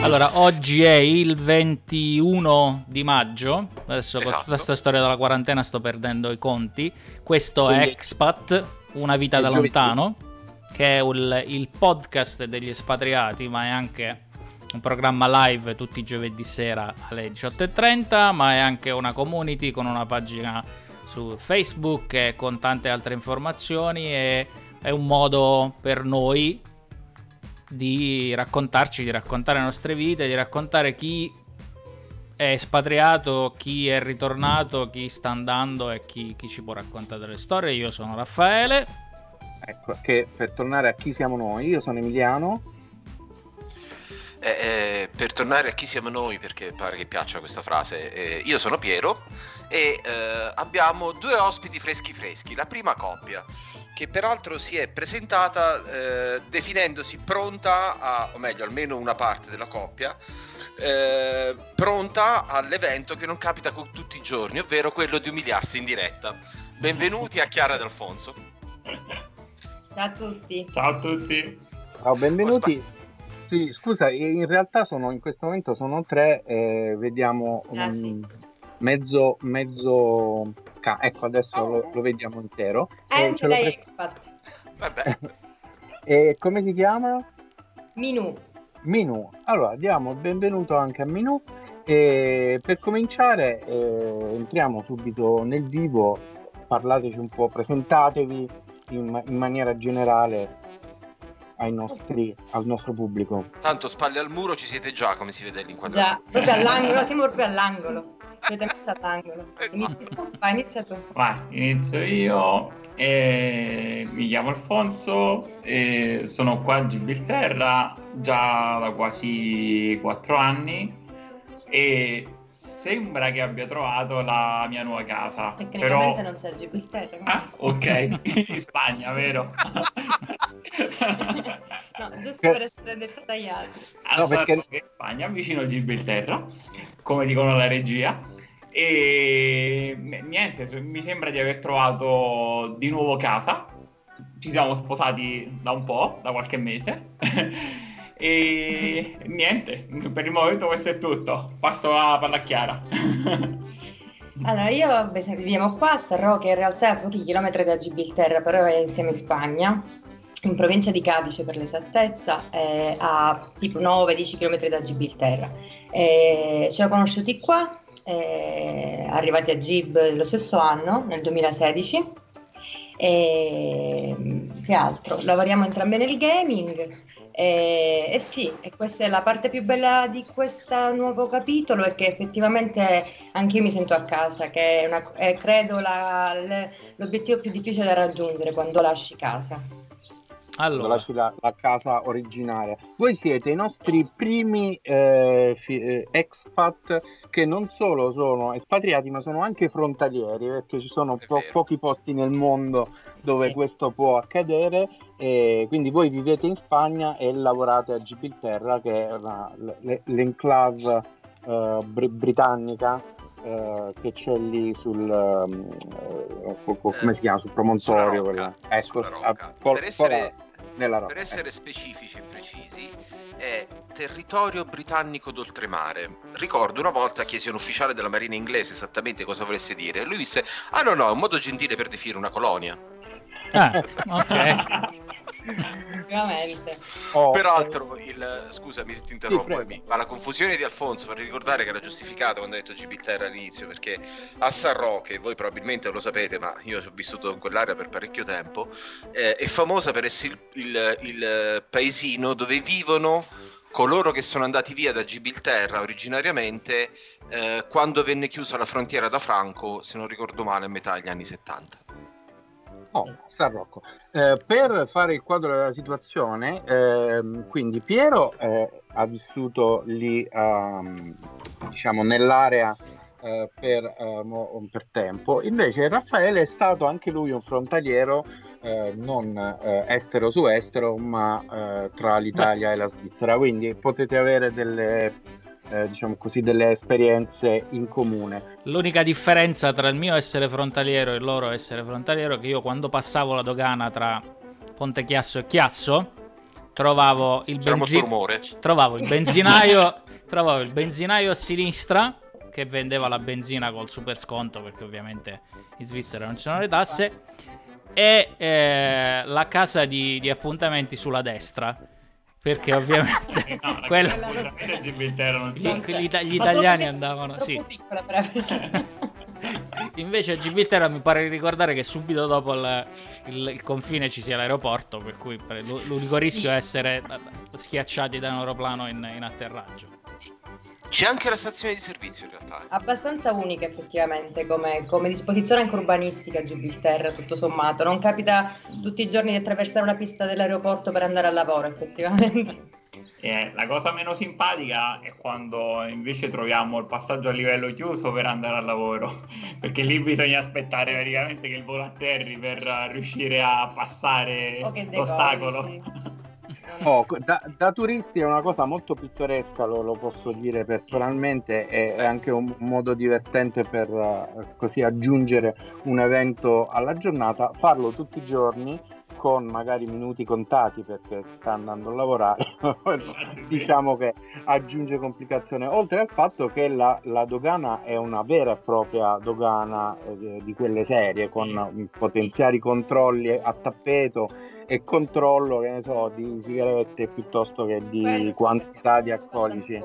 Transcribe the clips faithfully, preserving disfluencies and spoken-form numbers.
Allora, oggi è il ventuno di maggio. Adesso Esatto. con tutta questa storia della quarantena sto perdendo i conti. Questo Quindi, è Expat, una vita è da giovedì. lontano, che è il, il podcast degli espatriati, ma è anche un programma live tutti i giovedì sera alle diciotto e trenta, ma è anche una community con una pagina su Facebook e con tante altre informazioni, e è un modo per noi di raccontarci, di raccontare le nostre vite, di raccontare chi è espatriato, chi è ritornato, chi sta andando e chi, chi ci può raccontare delle storie. Io sono Raffaele. Ecco, che per tornare a chi siamo noi, io sono Emiliano. Eh, eh, per tornare a chi siamo noi, perché pare che piaccia questa frase, eh, io sono Piero e eh, abbiamo due ospiti freschi freschi. La prima coppia, che peraltro si è presentata eh, definendosi pronta a, o meglio almeno una parte della coppia, eh, pronta all'evento che non capita con tutti i giorni, ovvero quello di umiliarsi in diretta. Benvenuti a Chiara ed Alfonso. Ciao a tutti. Ciao a tutti. Ciao, benvenuti. Sì, scusa, in realtà sono in questo momento sono tre, eh, vediamo Ah, um, sì. mezzo mezzo ca- ecco, adesso lo, lo vediamo intero. Eh, And ce lo lei pre- expat. Vabbè, E come si chiama? Minù. Minù. Allora, diamo il benvenuto anche a Minù. E per cominciare, eh, entriamo subito nel vivo. Parlateci un po', presentatevi in, in maniera generale ai nostri, al nostro pubblico. tanto spalle al muro ci siete già, come si vede l'inquadratura. Già, proprio all'angolo, siamo proprio all'angolo. Siete messi all'angolo. Esatto. Inizia tu. Vai, inizia tu. Vai, inizio io. Eh, mi chiamo Alfonso e sono qua a Gibilterra già da quasi quattro anni e sembra che abbia trovato la mia nuova casa. Tecnicamente Però... non sei a Gibilterra. Ah, ok, in Spagna, vero? No, giusto Che- per essere dettagliati. A No, perché- Sarroca, in Spagna, vicino a Gibilterra, come dicono la regia. E n- niente, so- mi sembra di aver trovato di nuovo casa. Ci siamo sposati da un po', da qualche mese. E niente, per il momento questo è tutto. Passo la palla a Chiara. Allora, io vabbè, se- viviamo qua a Sarroca, in realtà è a pochi chilometri da Gibilterra, però è siamo in Spagna, in provincia di Cadice per l'esattezza, eh, a tipo nove dieci chilometri da Gibilterra. Eh, ci siamo conosciuti qua, eh, arrivati a Gib lo stesso anno, nel duemilasedici. E che altro? Lavoriamo entrambi nel gaming. E, e sì, e questa è la parte più bella di questo nuovo capitolo, è che effettivamente anche io mi sento a casa, che è, una, è credo la- le- l'obiettivo più difficile da raggiungere quando lasci casa. Quando Allora, lasci la, la casa originaria. Voi siete i nostri primi eh, fi- eh, expat che non solo sono espatriati, ma sono anche frontalieri, perché ci sono È po- vero. pochi posti nel mondo dove Sì. questo può accadere. E quindi voi vivete in Spagna e lavorate a Gibilterra, che è una- l- l'enclave eh, br- britannica eh, che c'è lì sul ehm, eh, co- co- come si chiama? Sul promontorio. Sulla rocca, quella- ecco, sulla a- rocca. col- Per essere- nella rocca. Per essere specifici e precisi, è territorio britannico d'oltremare. Ricordo una volta chiesi a un ufficiale della marina inglese esattamente cosa volesse dire, e lui disse: ah no no, è un modo gentile per definire una colonia. ah, ok. Veramente. Oh, Peraltro, il, scusami se ti interrompo, Sì, prego. Emi, ma la confusione di Alfonso, vorrei ricordare che era giustificata quando ha detto Gibilterra all'inizio, perché a Sarroche, voi probabilmente lo sapete, ma io ho vissuto in quell'area per parecchio tempo, eh, è famosa per essere il, il, il paesino dove vivono coloro che sono andati via da Gibilterra originariamente eh, quando venne chiusa la frontiera da Franco, se non ricordo male, a metà degli anni settanta. Oh, San Rocco. Eh, per fare il quadro della situazione, ehm, quindi Piero eh, ha vissuto lì, ehm, diciamo, nell'area eh, per, eh, mo- per tempo, invece Raffaele è stato anche lui un frontaliero, eh, non eh, estero su estero, ma eh, tra l'Italia e la Svizzera, quindi potete avere delle... Eh, diciamo così, delle esperienze in comune. L'unica differenza tra il mio essere frontaliero e il loro essere frontaliero è che io quando passavo la dogana tra Ponte Chiasso e Chiasso trovavo il benzinaio, trovavo il benzinaio, trovavo il benzinaio a sinistra che vendeva la benzina col super sconto, perché ovviamente in Svizzera non ci sono le tasse, e eh, la casa di, di appuntamenti sulla destra, perché ovviamente no, quella gli, gli, gli italiani andavano sì. Invece a Gibilterra mi pare di ricordare che subito dopo il, il, il confine ci sia l'aeroporto, per cui l'unico rischio è essere schiacciati da un aeroplano in, in atterraggio. C'è anche la stazione di servizio in realtà. Abbastanza unica effettivamente come, come disposizione anche urbanistica a Gibilterra, tutto sommato. Non capita tutti i giorni di attraversare una pista dell'aeroporto per andare al lavoro effettivamente. Eh, la cosa meno simpatica è quando invece troviamo il passaggio a livello chiuso per andare al lavoro, perché lì bisogna aspettare praticamente che il volo atterri per riuscire a passare l'ostacolo. Sì. Oh, da, da turisti è una cosa molto pittoresca, lo, lo posso dire personalmente, è, è anche un modo divertente per uh, così aggiungere un evento alla giornata, farlo tutti i giorni con magari minuti contati perché si sta andando a lavorare. Diciamo che aggiunge complicazione, oltre al fatto che la, la dogana è una vera e propria dogana eh, di quelle serie, con potenziali controlli a tappeto e controllo, che ne so, di sigarette piuttosto che di Quello quantità di alcolici.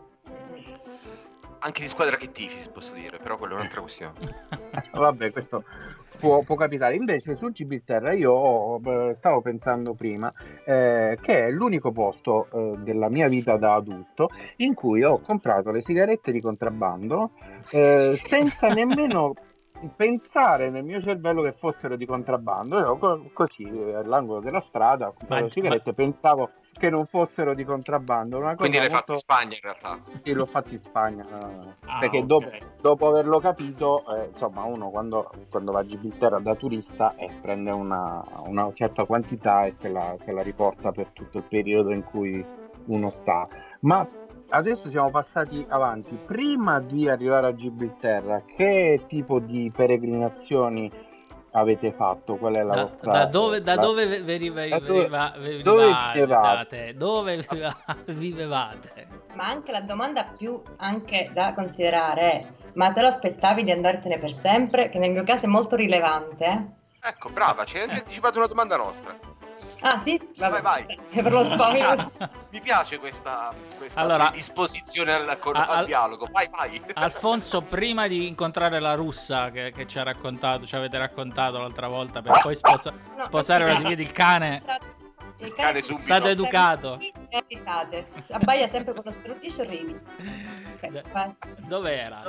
Anche di squadra che tifi, posso dire, però quella è un'altra questione. Vabbè, questo può, può capitare. Invece su Gibilterra io ho, stavo pensando prima eh, che è l'unico posto eh, della mia vita da adulto in cui ho comprato le sigarette di contrabbando eh, senza nemmeno pensare nel mio cervello che fossero di contrabbando. Io co- così all'angolo della strada ho comprato le sigarette, pensavo che non fossero di contrabbando. Una cosa Quindi l'hai molto... fatto in Spagna in realtà? Sì, l'ho fatto in Spagna eh, ah, perché okay. dopo, dopo averlo capito eh, insomma uno quando, quando va a Gibilterra da turista eh, prende una, una certa quantità e se la, se la riporta per tutto il periodo in cui uno sta. Ma adesso siamo passati avanti. Prima di arrivare a Gibilterra, che tipo di peregrinazioni avete fatto? Qual è la da, vostra... Da dove, da la... dove vivevate? Dove, dove vivevate? Dove vivevate? Ma anche la domanda più anche da considerare è: ma te lo aspettavi di andartene per sempre? Che nel mio caso è molto rilevante. Eh? Ecco, brava, ci hai anche anticipato una domanda nostra. Ah sì? Vabbè, vai, vai. Per lo spoiler. Mi piace questa, questa allora, disposizione al, al, al, al dialogo. Vai, vai. Alfonso, prima di incontrare la russa che, che ci ha raccontato, ci avete raccontato l'altra volta, per poi sposa, no, sposare una vedi il cane. Il cane è stato educato. E risate. Abbaia sempre con lo struttiscio e ridi. Okay, dove era?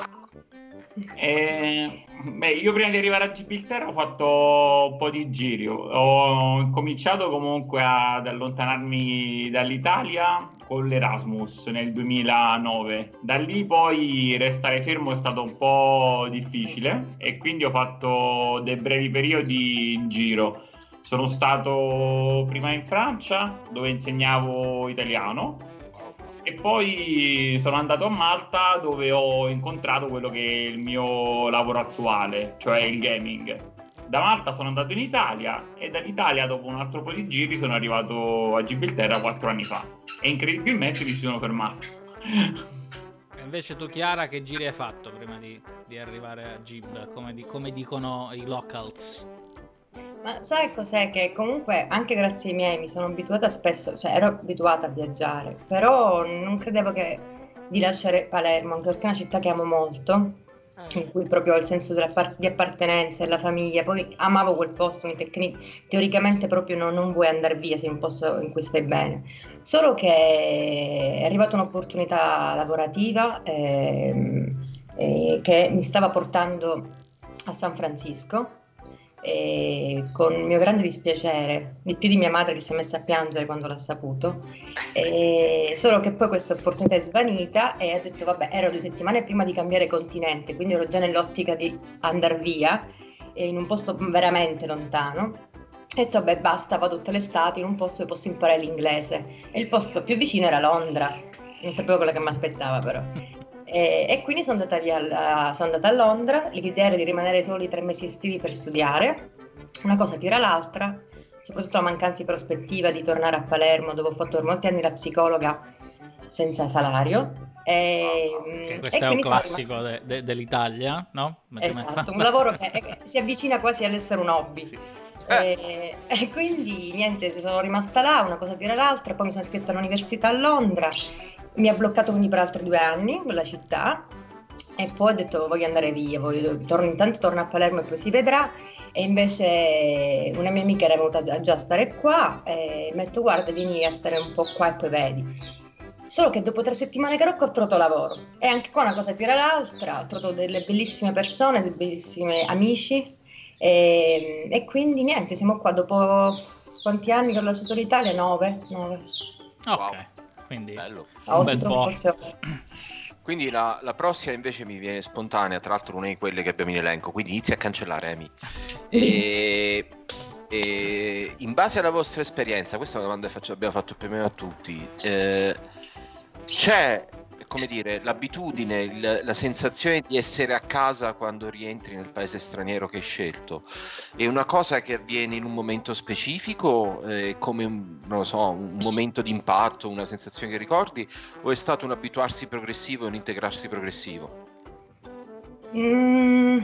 Eh, beh, io prima di arrivare a Gibilterra ho fatto un po' di giri, ho cominciato comunque ad allontanarmi dall'Italia con l'Erasmus nel duemilanove, da lì poi restare fermo è stato un po' difficile e quindi ho fatto dei brevi periodi in giro. Sono stato prima in Francia dove insegnavo italiano e poi sono andato a Malta dove ho incontrato quello che è il mio lavoro attuale, cioè il gaming. Da Malta sono andato in Italia e dall'Italia dopo un altro po' di giri sono arrivato a Gibilterra quattro anni fa e incredibilmente mi sono fermato. E invece tu, Chiara, che giri hai fatto prima di, di arrivare a Gib, come, di, come dicono i locals? Ma sai cos'è? Che comunque anche grazie ai miei mi sono abituata spesso, cioè ero abituata a viaggiare, però non credevo che di lasciare Palermo, anche perché è una città che amo molto, in cui proprio ho il senso della par- di appartenenza e la famiglia, poi amavo quel posto, quindi tecnic- teoricamente proprio non, non vuoi andare via se è un posto in cui stai bene, solo che è arrivata un'opportunità lavorativa ehm, eh, che mi stava portando a San Francisco. E con mio grande dispiacere, di più di mia madre che si è messa a piangere quando l'ha saputo, e solo che poi questa opportunità è svanita e ho detto vabbè, ero due settimane prima di cambiare continente, quindi ero già nell'ottica di andare via e in un posto veramente lontano. Ho detto vabbè basta, vado tutte le estati in un posto dove posso imparare l'inglese e il posto più vicino era Londra, non sapevo quello che mi aspettava però. E, e quindi sono andata via, a, sono andata a Londra, l'idea era di rimanere soli tre mesi estivi per studiare, una cosa tira l'altra, soprattutto la mancanza di prospettiva di tornare a Palermo, dove ho fatto per molti anni la psicologa senza salario. E, okay, e questo è un classico de, de, dell'Italia, no? Esatto, un lavoro che è, si avvicina quasi all'essere un hobby. Sì. E, e quindi niente, sono rimasta là, una cosa tira l'altra, poi mi sono iscritta all'università a Londra, mi ha bloccato quindi per altri due anni quella città, e poi ho detto voglio andare via, voglio, torno, intanto torno a Palermo e poi si vedrà. E invece una mia amica era venuta già a stare qua e mi ha detto guarda, vieni a stare un po' qua e poi vedi. Solo che dopo tre settimane che ero ho trovato lavoro, e anche qua una cosa tira l'altra, ho trovato delle bellissime persone, dei bellissimi amici, e, e quindi niente, siamo qua dopo quanti anni che ho lasciato l'Italia? Nove? Nove. Ok, wow. Quindi bello. Un bel po'. Forse... Quindi la, la prossima invece mi viene spontanea, tra l'altro una di quelle che abbiamo in elenco, quindi inizia a cancellare, Emi. E... E in base alla vostra esperienza, questa è una domanda che faccio, abbiamo fatto più o meno a tutti, eh, c'è, come dire, l'abitudine, il, la sensazione di essere a casa quando rientri nel paese straniero che hai scelto? È una cosa che avviene in un momento specifico, eh, come un, non lo so, un momento di impatto, una sensazione che ricordi, o è stato un abituarsi progressivo e un integrarsi progressivo? Mm.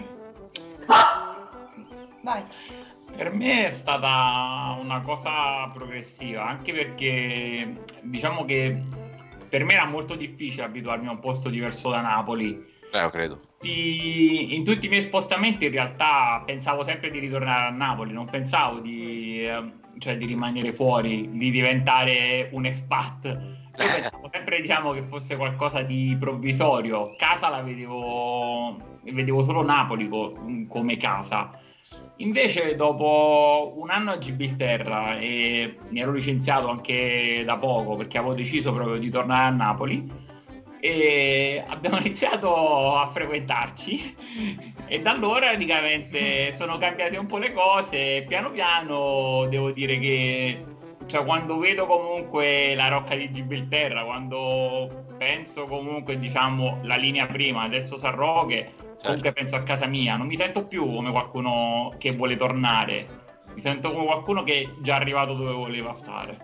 Vai. Per me è stata una cosa progressiva, anche perché diciamo che per me era molto difficile abituarmi a un posto diverso da Napoli. Eh, lo credo. In tutti i miei spostamenti in realtà pensavo sempre di ritornare a Napoli, non pensavo di, cioè, di rimanere fuori, di diventare un expat. Io pensavo sempre, diciamo, che fosse qualcosa di provvisorio. Casa la vedevo, vedevo solo Napoli co- come casa. Invece dopo un anno a Gibilterra, e mi ero licenziato anche da poco perché avevo deciso proprio di tornare a Napoli, e abbiamo iniziato a frequentarci e da allora praticamente sono cambiate un po' le cose. Piano piano devo dire che, cioè, quando vedo comunque la Rocca di Gibilterra, quando penso comunque, diciamo, la linea prima, adesso San Roque, comunque penso a casa mia, non mi sento più come qualcuno che vuole tornare, mi sento come qualcuno che è già arrivato dove voleva stare.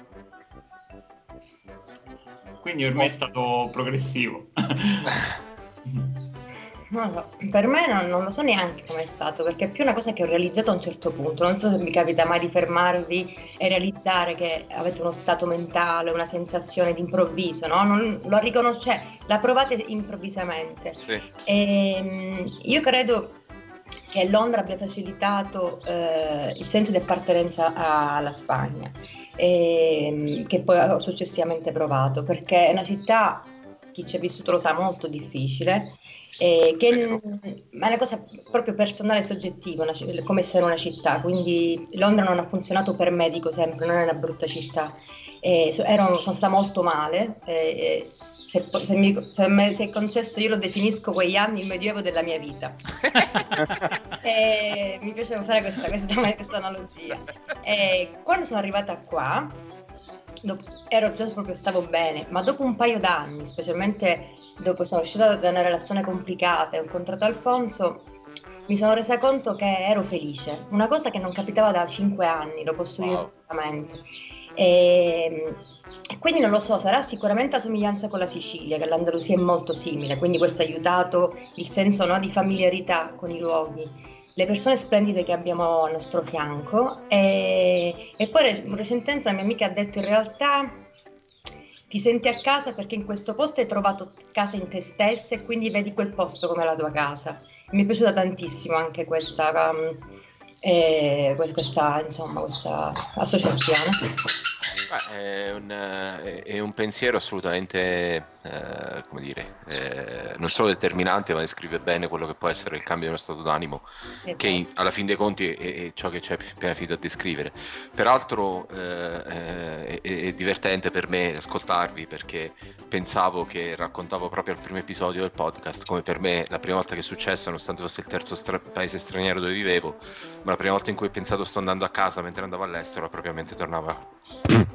Quindi per me è stato progressivo. No, no, per me non, non lo so neanche com'è stato, perché è più una cosa che ho realizzato a un certo punto. Non so se vi capita mai di fermarvi e realizzare che avete uno stato mentale, una sensazione di improvviso, no? Non lo riconoscete, la provate improvvisamente. Sì. E, io credo che Londra abbia facilitato eh, il senso di appartenenza alla Spagna, e, che poi ho successivamente provato, perché è una città, chi ci è vissuto lo sa, molto difficile. Eh, che ma è una cosa proprio personale e soggettiva, una, come essere una città. Quindi Londra non ha funzionato per me, dico sempre, non è una brutta città. Eh, ero, sono stata molto male. Eh, se, se, mi, se mi si è concesso, io lo definisco quegli anni il medioevo della mia vita. E mi piace usare questa, questa, questa analogia. E quando sono arrivata qua, dopo, ero già proprio, stavo bene, ma dopo un paio d'anni, specialmente dopo sono uscita da una relazione complicata e ho incontrato Alfonso, mi sono resa conto che ero felice, una cosa che non capitava da cinque anni, lo posso dire esattamente. E quindi non lo so, sarà sicuramente la somiglianza con la Sicilia, che l'Andalusia è molto simile, quindi questo ha aiutato il senso, no, di familiarità con i luoghi, le persone splendide che abbiamo al nostro fianco. E, e poi recentemente una mia amica ha detto: in realtà ti senti a casa perché in questo posto hai trovato casa in te stessa e quindi vedi quel posto come la tua casa. Mi è piaciuta tantissimo anche questa, um, eh, questa, insomma, questa associazione. È un, è un pensiero assolutamente, eh, come dire, eh, non solo determinante, ma descrive bene quello che può essere il cambio dello stato d'animo, esatto, che in, alla fin dei conti è, è ciò che c'è appena finito a descrivere. Peraltro eh, è, è divertente per me ascoltarvi, perché pensavo che raccontavo proprio al primo episodio del podcast come per me la prima volta che è successo, nonostante fosse il terzo stra- paese straniero dove vivevo, ma la prima volta in cui ho pensato sto andando a casa mentre andavo all'estero, propriamente tornava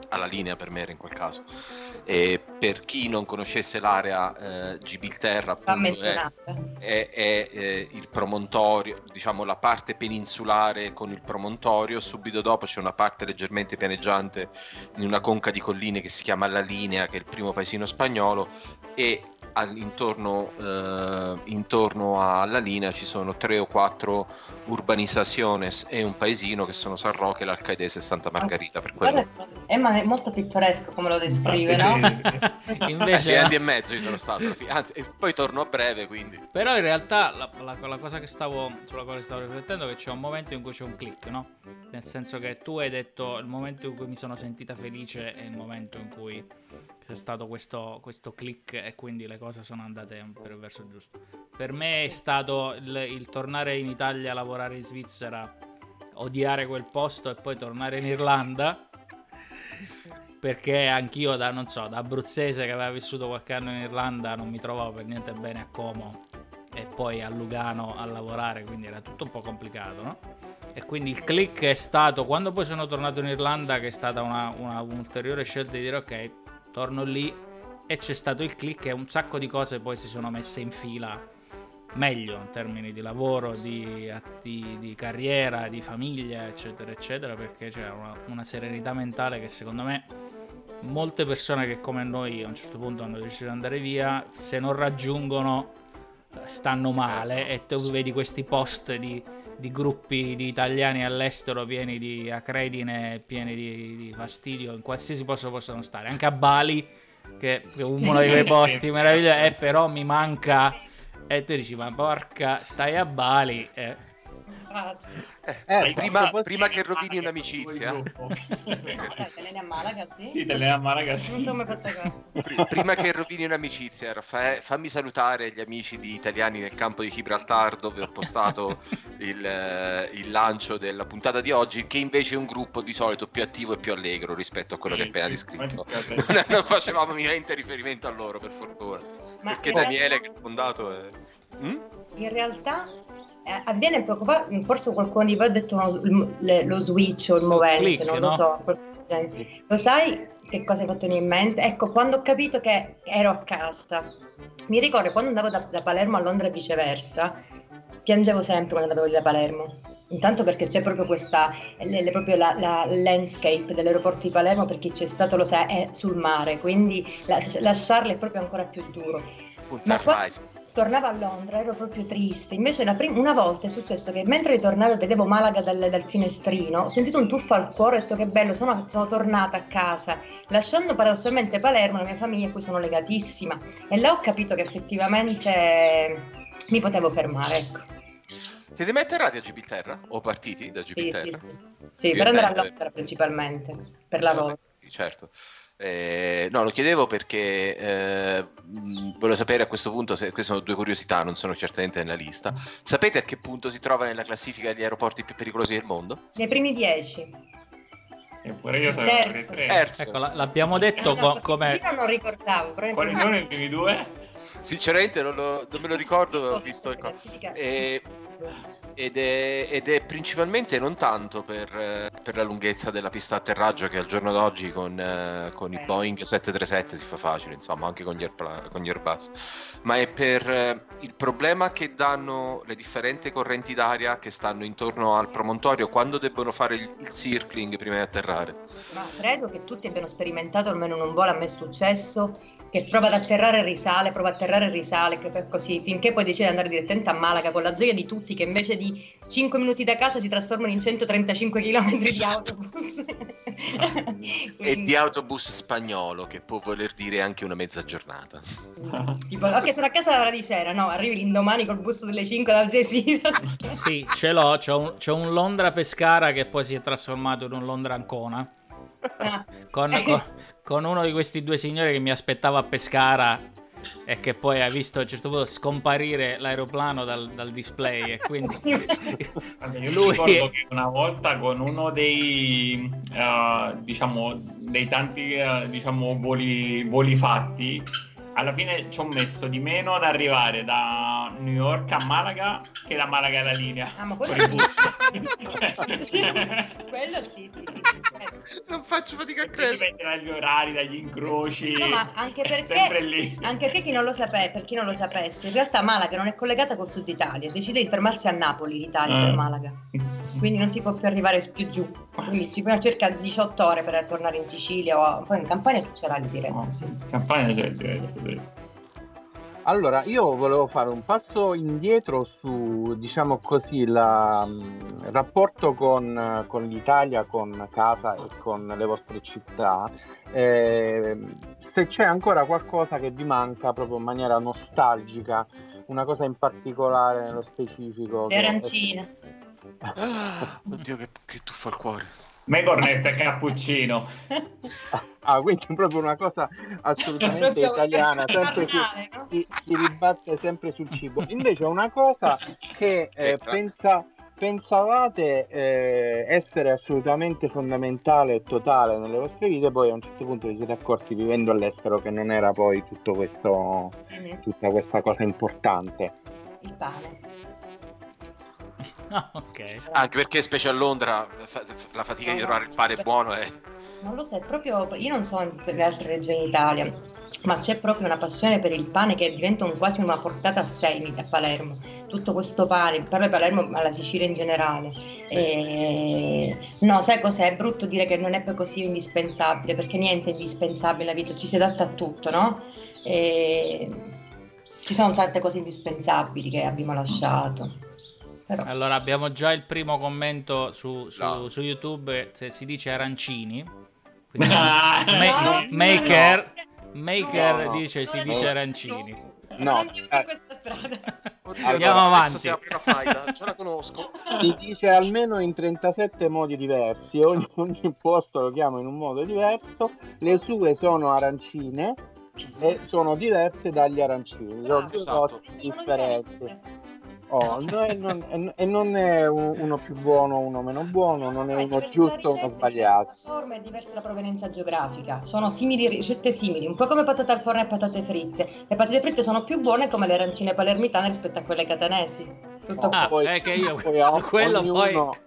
alla linea per me era in quel caso. E per chi non conoscesse l'area, eh, Gibilterra appunto è, è, è, è il promontorio, diciamo la parte peninsulare con il promontorio, subito dopo c'è una parte leggermente pianeggiante in una conca di colline che si chiama La Linea, che è il primo paesino spagnolo, e intorno, eh, intorno alla linea ci sono tre o quattro urbanizzaciones e un paesino che sono San Roque, l'Alcaidese e Santa Margherita. Per quello è, ma è molto pittoresco come lo descrive, no? Invece eh, sei anni e mezzo io sono stato, anzi, e poi torno a breve, quindi. Però in realtà la, la, la cosa che stavo sulla quale stavo riflettendo è che c'è un momento in cui c'è un click, no? Nel senso che tu hai detto il momento in cui mi sono sentita felice è il momento in cui c'è stato questo, questo click e quindi le cose sono andate per il verso giusto. Per me è stato il, il tornare in Italia a lavorare in Svizzera, odiare quel posto e poi tornare in Irlanda, perché anch'io da, non so, da abruzzese che aveva vissuto qualche anno in Irlanda non mi trovavo per niente bene a Como e poi a Lugano a lavorare, quindi era tutto un po' complicato, no? E quindi il click è stato quando poi sono tornato in Irlanda, che è stata una, una un'ulteriore scelta di dire ok, torno lì, e c'è stato il click e un sacco di cose poi si sono messe in fila meglio in termini di lavoro, di, di, di carriera, di famiglia, eccetera eccetera, perché c'è una, una serenità mentale che secondo me molte persone che come noi a un certo punto hanno deciso di andare via, se non raggiungono stanno male, e tu vedi questi post di, di gruppi di italiani all'estero pieni di acredine, pieni di, di fastidio in qualsiasi posto possono stare, anche a Bali, che è uno di quei posti meravigliosi, e eh, però mi manca, e tu dici ma porca, stai a Bali, eh. Eh, eh, prima, prima che rovini un'amicizia, te ne a Malaga, sì? Sì, te ne a Malaga, sì. Non so come fatto prima che rovini un'amicizia, Raffaele, fammi salutare gli amici di italiani nel campo di Gibraltar, dove ho postato il, il lancio della puntata di oggi, che invece è un gruppo di solito più attivo e più allegro rispetto a quello sì, che hai appena sì, descritto. Non, non facevamo niente riferimento a loro, per fortuna. Ma perché Daniele, che ha fondato, è... Mm? In realtà avviene poco fa, forse qualcuno di voi ha detto uno, lo switch o il movente, click, non lo no? so, lo sai che cosa hai fatto in mente? Ecco, quando ho capito che ero a casa, mi ricordo quando andavo da, da Palermo a Londra e viceversa, piangevo sempre quando andavo da Palermo, intanto perché c'è proprio questa, le, le, proprio la, la landscape dell'aeroporto di Palermo, per chi c'è stato lo sa, è sul mare, quindi la, lasciarle è proprio ancora più duro. Ma qua, tornavo a Londra, ero proprio triste. Invece la prim- una volta è successo che mentre ritornavo e vedevo Malaga dal, dal finestrino, ho sentito un tuffo al cuore e ho detto che bello, sono, sono tornata a casa, lasciando paradossalmente Palermo, la mia famiglia a cui sono legatissima. E là ho capito che effettivamente mi potevo fermare, ecco. Siete mai atterrati a Gibilterra? O partiti da Gibilterra? Sì, sì, sì. sì per andare a Londra principalmente, per lavoro. Sì, certo. Eh, no, lo chiedevo perché eh, volevo sapere a questo punto, se queste sono due curiosità, non sono certamente nella lista. Sapete a che punto si trova nella classifica degli aeroporti più pericolosi del mondo? Nei primi dieci. Sì, pure io sapevo Terzo. tre. Terzo. Ecco, l'abbiamo detto eh, no, co- come... Io non ricordavo. Quali sono i primi due? Sinceramente non, lo, non me lo ricordo, ho visto il co- e... Ed è, ed è principalmente non tanto per, per la lunghezza della pista atterraggio, che al giorno d'oggi con, eh, con i Boeing sette tre sette si fa facile, insomma, anche con gli, Airpla- con gli Airbus, ma è per eh, il problema che danno le differenti correnti d'aria che stanno intorno al promontorio quando debbono fare il, il circling prima di atterrare. Ma credo che tutti abbiano sperimentato, almeno in un volo a me è successo, che prova ad atterrare e risale, prova a atterrare e risale, che fa così, finché poi decide di andare direttamente a Malaga, con la gioia di tutti che invece di cinque minuti da casa si trasformano in centotrentacinque chilometri di autobus. Quindi... E di autobus spagnolo, che può voler dire anche una mezza giornata. Tipo, ok, sono a casa all'ora di cera, no, arrivi l'indomani col bus delle cinque da Algeciras. Sì, ce l'ho, c'ho un, c'ho un Londra-Pescara che poi si è trasformato in un Londra-Ancona. Ah. Con, con, con uno di questi due signori che mi aspettava a Pescara e che poi ha visto a un certo punto scomparire l'aeroplano dal, dal display, e quindi allora, io lui ricordo che una volta con uno dei uh, diciamo dei tanti uh, diciamo voli, voli fatti alla fine ci ho messo di meno ad arrivare da New York a Malaga che da Malaga alla linea. Ah, ma quello sì. Cioè, quello sì, sì, sì, sì. Non faccio fatica a credere. credere. Dipende dagli orari, dagli incroci. No, ma anche perché, sempre lì. Anche perché chi non lo sapesse, per chi non lo sapesse, in realtà Malaga non è collegata col sud Italia, decide di fermarsi a Napoli l'Italia Eh. per Malaga. Quindi non si può più arrivare più giù. Quindi ci vogliono circa diciotto ore per tornare in Sicilia o poi in Campania ce l'ha il diretto, No, sì. Campania c'è il Sì, diretto, sì. sì. Allora, io volevo fare un passo indietro su, diciamo così, la, il rapporto con, con l'Italia, con casa e con le vostre città. Eh, se c'è ancora qualcosa che vi manca proprio in maniera nostalgica, una cosa in particolare nello specifico. Le che- arancine. Ah, oddio, che, che tuffa il cuore. Me cornetto e cappuccino. Ah, quindi proprio una cosa assolutamente Proprio italiana, sempre su, carnale, no? si, si ribatte sempre sul cibo. Invece una cosa che eh, Sì, pensa, pensavate eh, essere assolutamente fondamentale e totale nelle vostre vite, poi a un certo punto vi siete accorti vivendo all'estero che non era poi tutto questo, Mhm. tutta questa cosa importante. Il pane. Ah, ok. Anche perché specie a Londra fa- la fatica di trovare il pane buono è... Non lo so, è proprio, io non so in le altre regioni d'Italia, ma c'è proprio una passione per il pane che diventa un, quasi una portata a sé a Palermo. Tutto questo pane, parlo di Palermo ma la Sicilia in generale. E... No, sai cos'è? È brutto dire che non è poi così indispensabile, perché niente è indispensabile nella vita, ci si adatta a tutto, no? E... Ci sono tante cose indispensabili che abbiamo lasciato. Però... Allora abbiamo già il primo commento su, su, No. su YouTube, se si dice arancini. Quindi Ah, ma- no, Maker, Maker no, no. dice si No, dice no, arancini. No, non andiamo eh. per questa strada. Oddio, Andiamo adesso avanti. si apre una faida, già la conosco. Si dice almeno in trentasette modi diversi, ogni, ogni posto lo chiama in un modo diverso, le sue sono arancine e sono diverse dagli arancini, sono due Esatto. cose differenti. Oh, no, e, non, e- e non è un- uno più buono, uno meno buono, non è uno giusto, uno sbagliato. La forma è diversa la provenienza geografica, sono simili, ricette simili, un po' come patate al forno e patate fritte. Le patate fritte sono più buone come le arancine palermitane rispetto a quelle catanesi. Tutto Ah, Poi- è che io poi a- su quello poi... ognuno-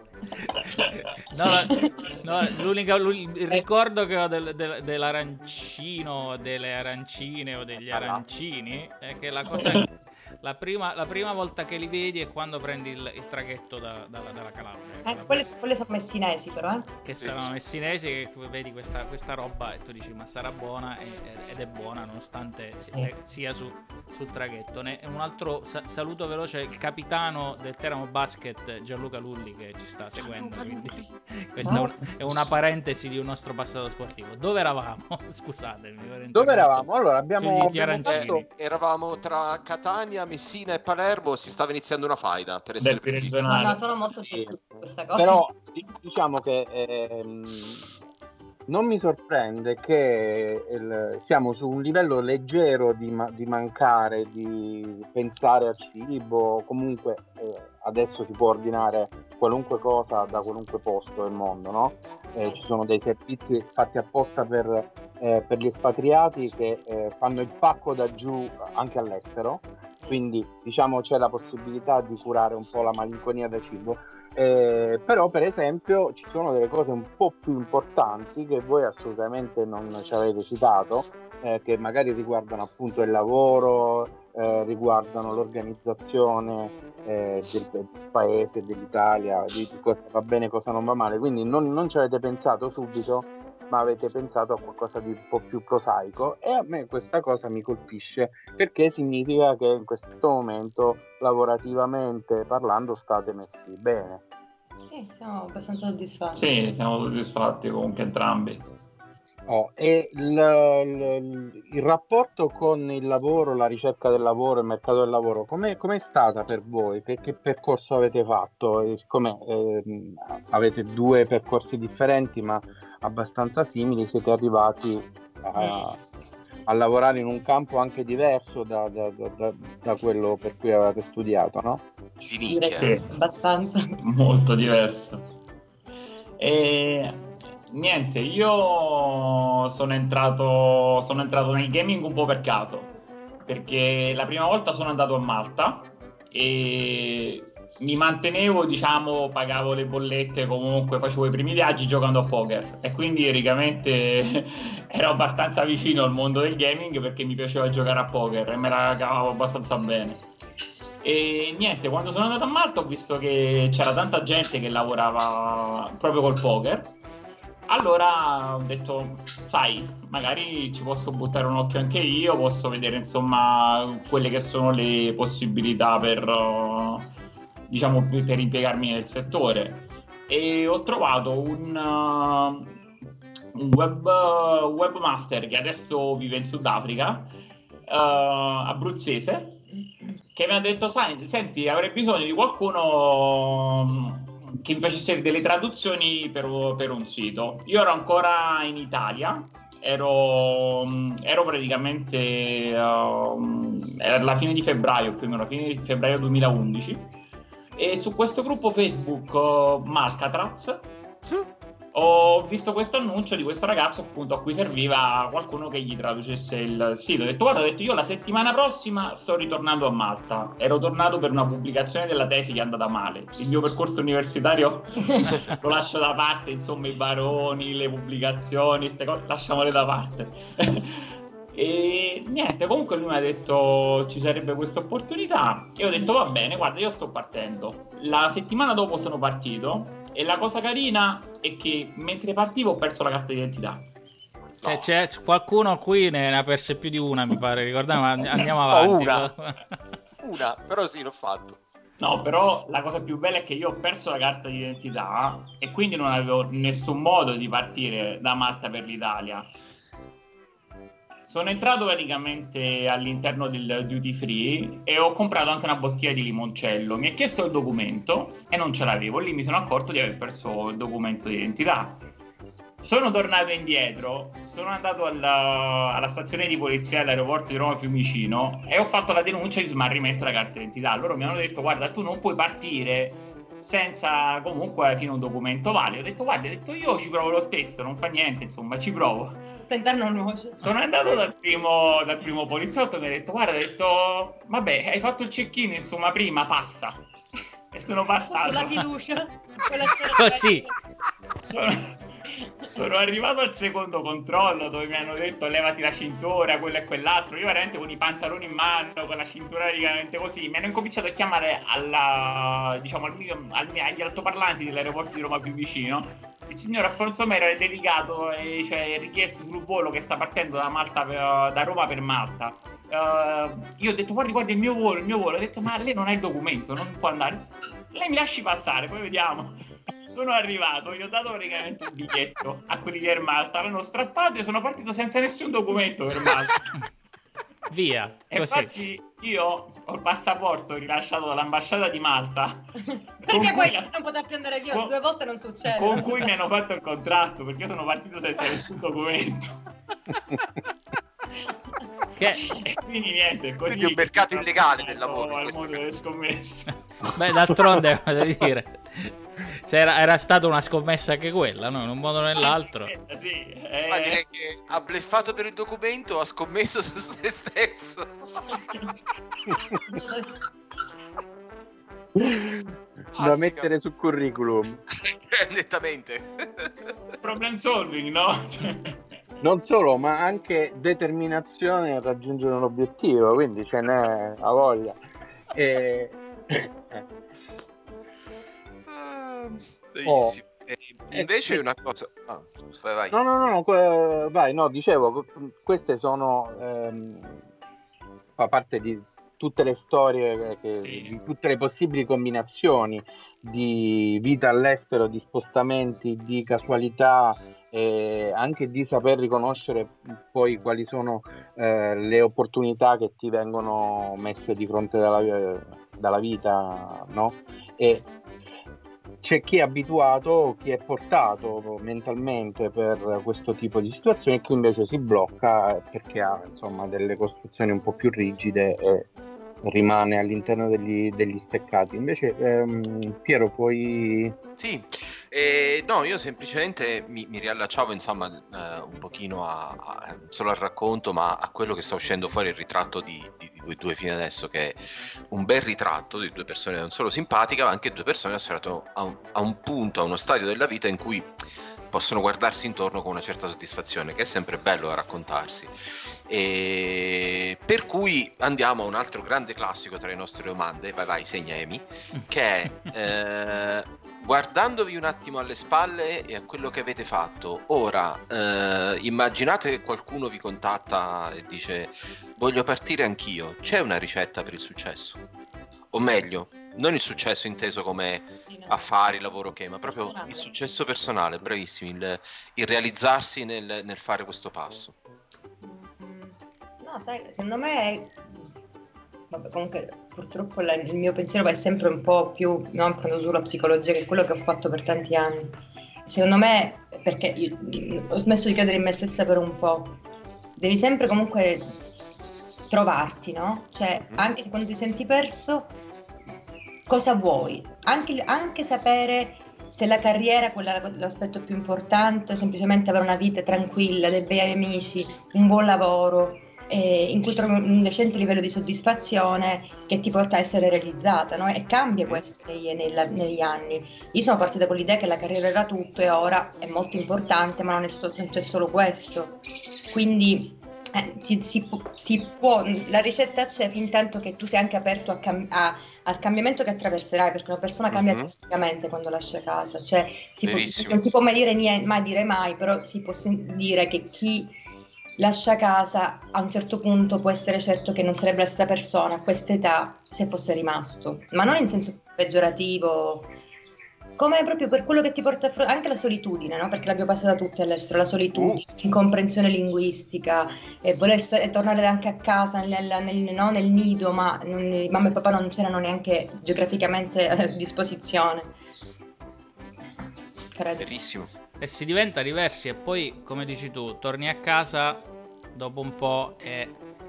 No, no, no, l'unica, l'u- il ricordo che ho del, del- dell'arancino, delle arancine o degli arancini è che la cosa, la prima, la prima volta che li vedi è quando prendi il, il traghetto da- dalla, dalla Calabria. Eh, quelle, quelle sono messinesi però, eh. Che sono messinesi, che tu vedi questa, questa roba e tu dici ma sarà buona, e- ed è buona nonostante Sì. sia, sia su, sul traghetto. Ne- un altro sa- saluto veloce, il capitano del Teramo Basket Gianluca Lulli che ci sta seguendo, quindi questa è, un- è una parentesi di un nostro passato sportivo. Dove eravamo? Scusatemi. aver Dove interrotto eravamo? Allora abbiamo, sugli abbiamo arancini. fatto- Eh, eravamo tra Catania, Messina e Palermo, si stava iniziando una faida, per essere Del precisi. No, no, Pirenzonale. sono molto Sì. più questa cosa. Però di- diciamo che ehm, non mi sorprende che il- siamo su un livello leggero di, ma- di mancare, di pensare al cibo, comunque eh, adesso si può ordinare qualunque cosa da qualunque posto del mondo, no? Eh, ci sono dei servizi fatti apposta per, eh, per gli espatriati che eh, fanno il pacco da giù anche all'estero, quindi diciamo c'è la possibilità di curare un po' la malinconia da cibo. Eh, però per esempio ci sono delle cose un po' più importanti che voi assolutamente non ci avete citato, eh, che magari riguardano appunto il lavoro, eh, riguardano l'organizzazione eh, del, del paese, dell'Italia, di cosa va bene e cosa non va male, quindi non, non ci avete pensato subito, ma avete pensato a qualcosa di un po' più prosaico, e a me questa cosa mi colpisce perché significa che in questo momento lavorativamente parlando state messi bene. Sì, siamo abbastanza soddisfatti. Sì, siamo soddisfatti comunque entrambi. Oh, e il, il- il rapporto con il lavoro, la ricerca del lavoro, il mercato del lavoro, com'è, com'è stata per voi? Che, che percorso avete fatto? E siccome ehm, avete due percorsi differenti ma abbastanza simili, siete arrivati a, a lavorare in un campo anche diverso da, da- da- da- da quello per cui avevate studiato, no? Di Direi nicchia. Sì. abbastanza. Molto diverso. E niente, io sono entrato, sono entrato nel gaming un po' per caso, perché la prima volta sono andato a Malta e mi mantenevo, diciamo, pagavo le bollette, comunque facevo i primi viaggi giocando a poker e quindi teoricamente ero abbastanza vicino al mondo del gaming perché mi piaceva giocare a poker e me la cavavo abbastanza bene. E niente, quando sono andato a Malta ho visto che c'era tanta gente che lavorava proprio col poker. Allora ho detto, sai, magari ci posso buttare un occhio anche io, posso vedere insomma quelle che sono le possibilità per, uh, diciamo, per impiegarmi nel settore. E ho trovato un, uh, un web, uh, webmaster che adesso vive in Sudafrica, uh, abruzzese, che mi ha detto, sai, senti, avrei bisogno di qualcuno che mi facesse delle traduzioni per, per un sito. Io ero ancora in Italia, ero, ero praticamente uh, era la fine di febbraio, più o meno la fine di febbraio duemilaundici, e su questo gruppo Facebook uh, Malcatraz ho visto questo annuncio di questo ragazzo appunto a cui serviva qualcuno che gli traducesse il sito. Ho detto, guarda, ho detto, io la settimana prossima sto ritornando a Malta. Ero tornato per una pubblicazione della tesi che è andata male. Il mio percorso universitario lo lascio da parte, insomma, i baroni, le pubblicazioni, queste cose, lasciamole da parte. E niente, comunque lui mi ha detto ci sarebbe questa opportunità e ho detto va bene, guarda, io sto partendo. La settimana dopo sono partito e la cosa carina è che mentre partivo ho perso la carta d'identità. No. Eh, c'è qualcuno qui ne ha perse più di una, mi pare, ricordate, ma andiamo avanti. Oh, una. una, però sì, l'ho fatto. No, però la cosa più bella è che io ho perso la carta d'identità e quindi non avevo nessun modo di partire da Malta per l'Italia. Sono entrato praticamente all'interno del duty free e ho comprato anche una bottiglia di limoncello. Mi ha chiesto il documento e non ce l'avevo. Lì mi sono accorto di aver perso il documento di identità. Sono tornato indietro, sono andato alla, alla stazione di polizia dell'aeroporto di Roma Fiumicino e ho fatto la denuncia di smarrimento della carta d'identità. Loro mi hanno detto, guarda, tu non puoi partire senza comunque alla fine un documento valido. Ho detto, guarda, ho detto, io ci provo lo stesso, non fa niente, insomma, ci provo. Tentarno nuoce. Sono andato dal primo, dal primo poliziotto e mi ha detto, guarda, ho detto, vabbè, hai fatto il check-in, insomma, prima, passa. E sono passato. Sulla fiducia. Così. Sono, sono arrivato al secondo controllo dove mi hanno detto levati la cintura, quello e quell'altro. Io veramente con i pantaloni in mano, con la cintura praticamente così, mi hanno incominciato a chiamare alla, diciamo, al mio, al mio, agli altoparlanti dell'aeroporto di Roma Fiumicino. Il signor Alfonso Mera è dedicato, eh, cioè richiesto sul volo che sta partendo da Malta per, da Roma per Malta. Uh, io ho detto, guardi, guardi il mio volo, il mio volo. Ho detto, ma lei non ha il documento, non può andare. Lei mi lasci passare, poi vediamo. Sono arrivato, gli ho dato praticamente un biglietto a quelli di Air Malta, l'hanno strappato e sono partito senza nessun documento per Malta. Via, e così. Infatti io ho il passaporto rilasciato dall'ambasciata di Malta. Perché poi la... non potete andare via, con... due volte non succede. Con non cui so. mi hanno fatto il contratto, perché io sono partito senza nessun documento. Che... E quindi niente, così quindi un mercato illegale del lavoro al mondo delle scommesse. Beh, d'altronde, voglio dire, se era, era stata una scommessa anche quella, no? In un modo o nell'altro. Eh, sì, eh... Ma direi che ha bleffato per il documento, ha scommesso su se stesso. Da mettere sul curriculum. Nettamente. Problem solving, no? Non solo, ma anche determinazione a raggiungere un obiettivo, quindi ce n'è a voglia. E... Benissimo. Oh. E invece una cosa... Ah, vai, vai. No, no, no, no, vai, no, dicevo, queste sono... Ehm, fa parte di tutte le storie, che, sì. di tutte le possibili combinazioni di vita all'estero, di spostamenti, di casualità, e anche di saper riconoscere poi quali sono eh, le opportunità che ti vengono messe di fronte dalla, dalla vita, no? E c'è chi è abituato, chi è portato mentalmente per questo tipo di situazioni e chi invece si blocca perché ha insomma delle costruzioni un po' più rigide e rimane all'interno degli, degli steccati. Invece ehm, Piero, puoi... Sì, E no, io semplicemente mi, mi riallacciavo insomma eh, un pochino a, a, solo al racconto, ma a quello che sta uscendo fuori, il ritratto di, di, di voi due fino adesso, che è un bel ritratto di due persone non solo simpatiche, ma anche due persone associate a un, a un punto, a uno stadio della vita in cui possono guardarsi intorno con una certa soddisfazione, che è sempre bello da raccontarsi. E per cui andiamo a un altro grande classico tra le nostre domande, vai vai segna Emi, che è eh, guardandovi un attimo alle spalle e a quello che avete fatto ora, eh, immaginate che qualcuno vi contatta e dice voglio partire anch'io, c'è una ricetta per il successo? O meglio, non il successo inteso come affari, lavoro che, ma proprio personale. Il successo personale, bravissimi, il, il realizzarsi nel, nel fare questo passo. No, sai, secondo me è... Vabbè, comunque purtroppo la, il mio pensiero va sempre un po' più, non prendo sulla psicologia, che è quello che ho fatto per tanti anni. Secondo me, perché io, ho smesso di credere in me stessa per un po', devi sempre comunque trovarti, no? Cioè, anche quando ti senti perso, cosa vuoi? Anche, anche sapere se la carriera è quella, l'aspetto più importante, o semplicemente avere una vita tranquilla, dei bei amici, un buon lavoro, eh, in cui trovi un decente livello di soddisfazione che ti porta a essere realizzata, no? E cambia questo negli, nella, negli anni. Io sono partita con l'idea che la carriera era tutto e ora è molto importante, ma non, è so, non c'è solo questo. Quindi eh, si, si, si può, la ricetta c'è fin tanto che tu sei anche aperto a, cam- a al cambiamento che attraverserai, perché una persona cambia mm-hmm. drasticamente quando lascia casa, cioè si può, non si può mai dire niente, mai dire mai, però si può dire che chi lascia casa a un certo punto può essere certo che non sarebbe la stessa persona a questa età se fosse rimasto, ma non in senso peggiorativo, come proprio per quello che ti porta a fronte anche la solitudine, no? Perché l'abbiamo passata tutti all'estero, la solitudine, uh. l'incomprensione linguistica, e voler e tornare anche a casa nel, nel, no? nel nido, ma non, mamma e papà non c'erano neanche geograficamente a disposizione. Verissimo. E si diventa diversi, e poi, come dici tu, torni a casa dopo un po' e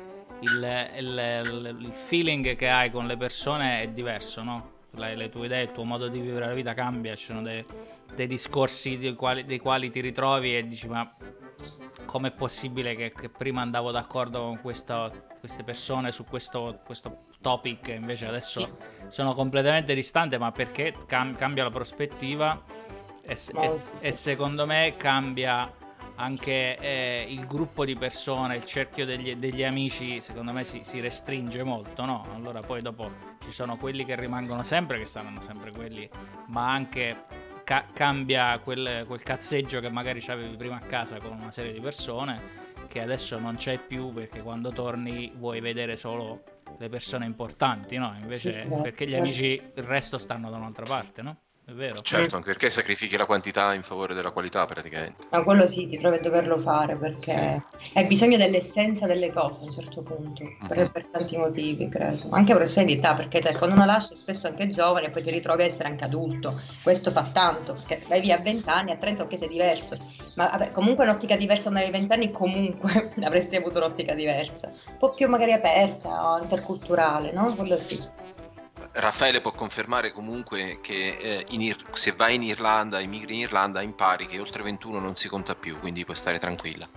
il, il, il, il feeling che hai con le persone è diverso, no? Le, le tue idee, il tuo modo di vivere la vita cambia, ci sono dei, dei discorsi dei quali, dei quali ti ritrovi e dici ma com'è possibile che, che prima andavo d'accordo con questa, queste persone su questo, questo topic e invece adesso sono completamente distante, ma perché cam- cambia la prospettiva e, e, e secondo me cambia anche eh, il gruppo di persone, il cerchio degli, degli amici, secondo me si, si restringe molto, no? Allora poi dopo ci sono quelli che rimangono sempre, che saranno sempre quelli, ma anche ca- cambia quel, quel cazzeggio che magari c'avevi prima a casa con una serie di persone, che adesso non c'è più, perché quando torni vuoi vedere solo le persone importanti, no? Invece sì, perché gli amici, il resto stanno da un'altra parte, no? È vero. Certo, anche perché sacrifichi la quantità in favore della qualità praticamente. Ma quello sì, ti trovi a doverlo fare perché sì. Hai bisogno dell'essenza delle cose a un certo punto, uh-huh. per, per tanti motivi, credo. Anche per essere di età, perché te, quando uno lascia è spesso anche giovane e poi ti ritrovi a essere anche adulto. Questo fa tanto, perché vai via a venti anni, a trenta ok sei diverso. Ma vabbè, comunque un'ottica diversa quando hai venti anni, comunque avresti avuto un'ottica diversa. Un po' più magari aperta o interculturale, no? Quello sì. Raffaele può confermare comunque che eh, in Ir- se vai in Irlanda, emigri in Irlanda, impari che oltre ventuno non si conta più, quindi puoi stare tranquilla.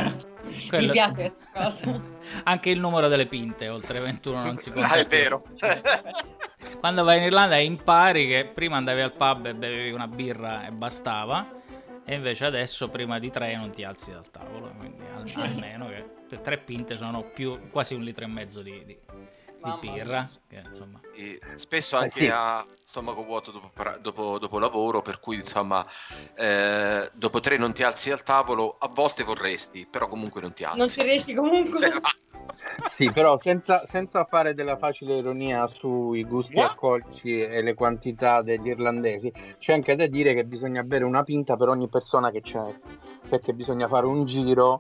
Mi piace questa cosa. Anche il numero delle pinte oltre ventuno non si conta ah, più. È vero. Quando vai in Irlanda impari che prima andavi al pub e bevevi una birra e bastava, e invece adesso prima di tre non ti alzi dal tavolo, quindi al- almeno che tre pinte sono più quasi un litro e mezzo di... di... di birra, che, insomma. E spesso anche eh sì. a stomaco vuoto dopo, dopo, dopo lavoro, per cui insomma eh, dopo tre non ti alzi al tavolo, a volte vorresti, però comunque non ti alzi. Non ci riesci comunque. Sì, però senza, senza fare della facile ironia sui gusti What? alcolici e le quantità degli irlandesi, c'è anche da dire che bisogna bere una pinta per ogni persona che c'è, perché bisogna fare un giro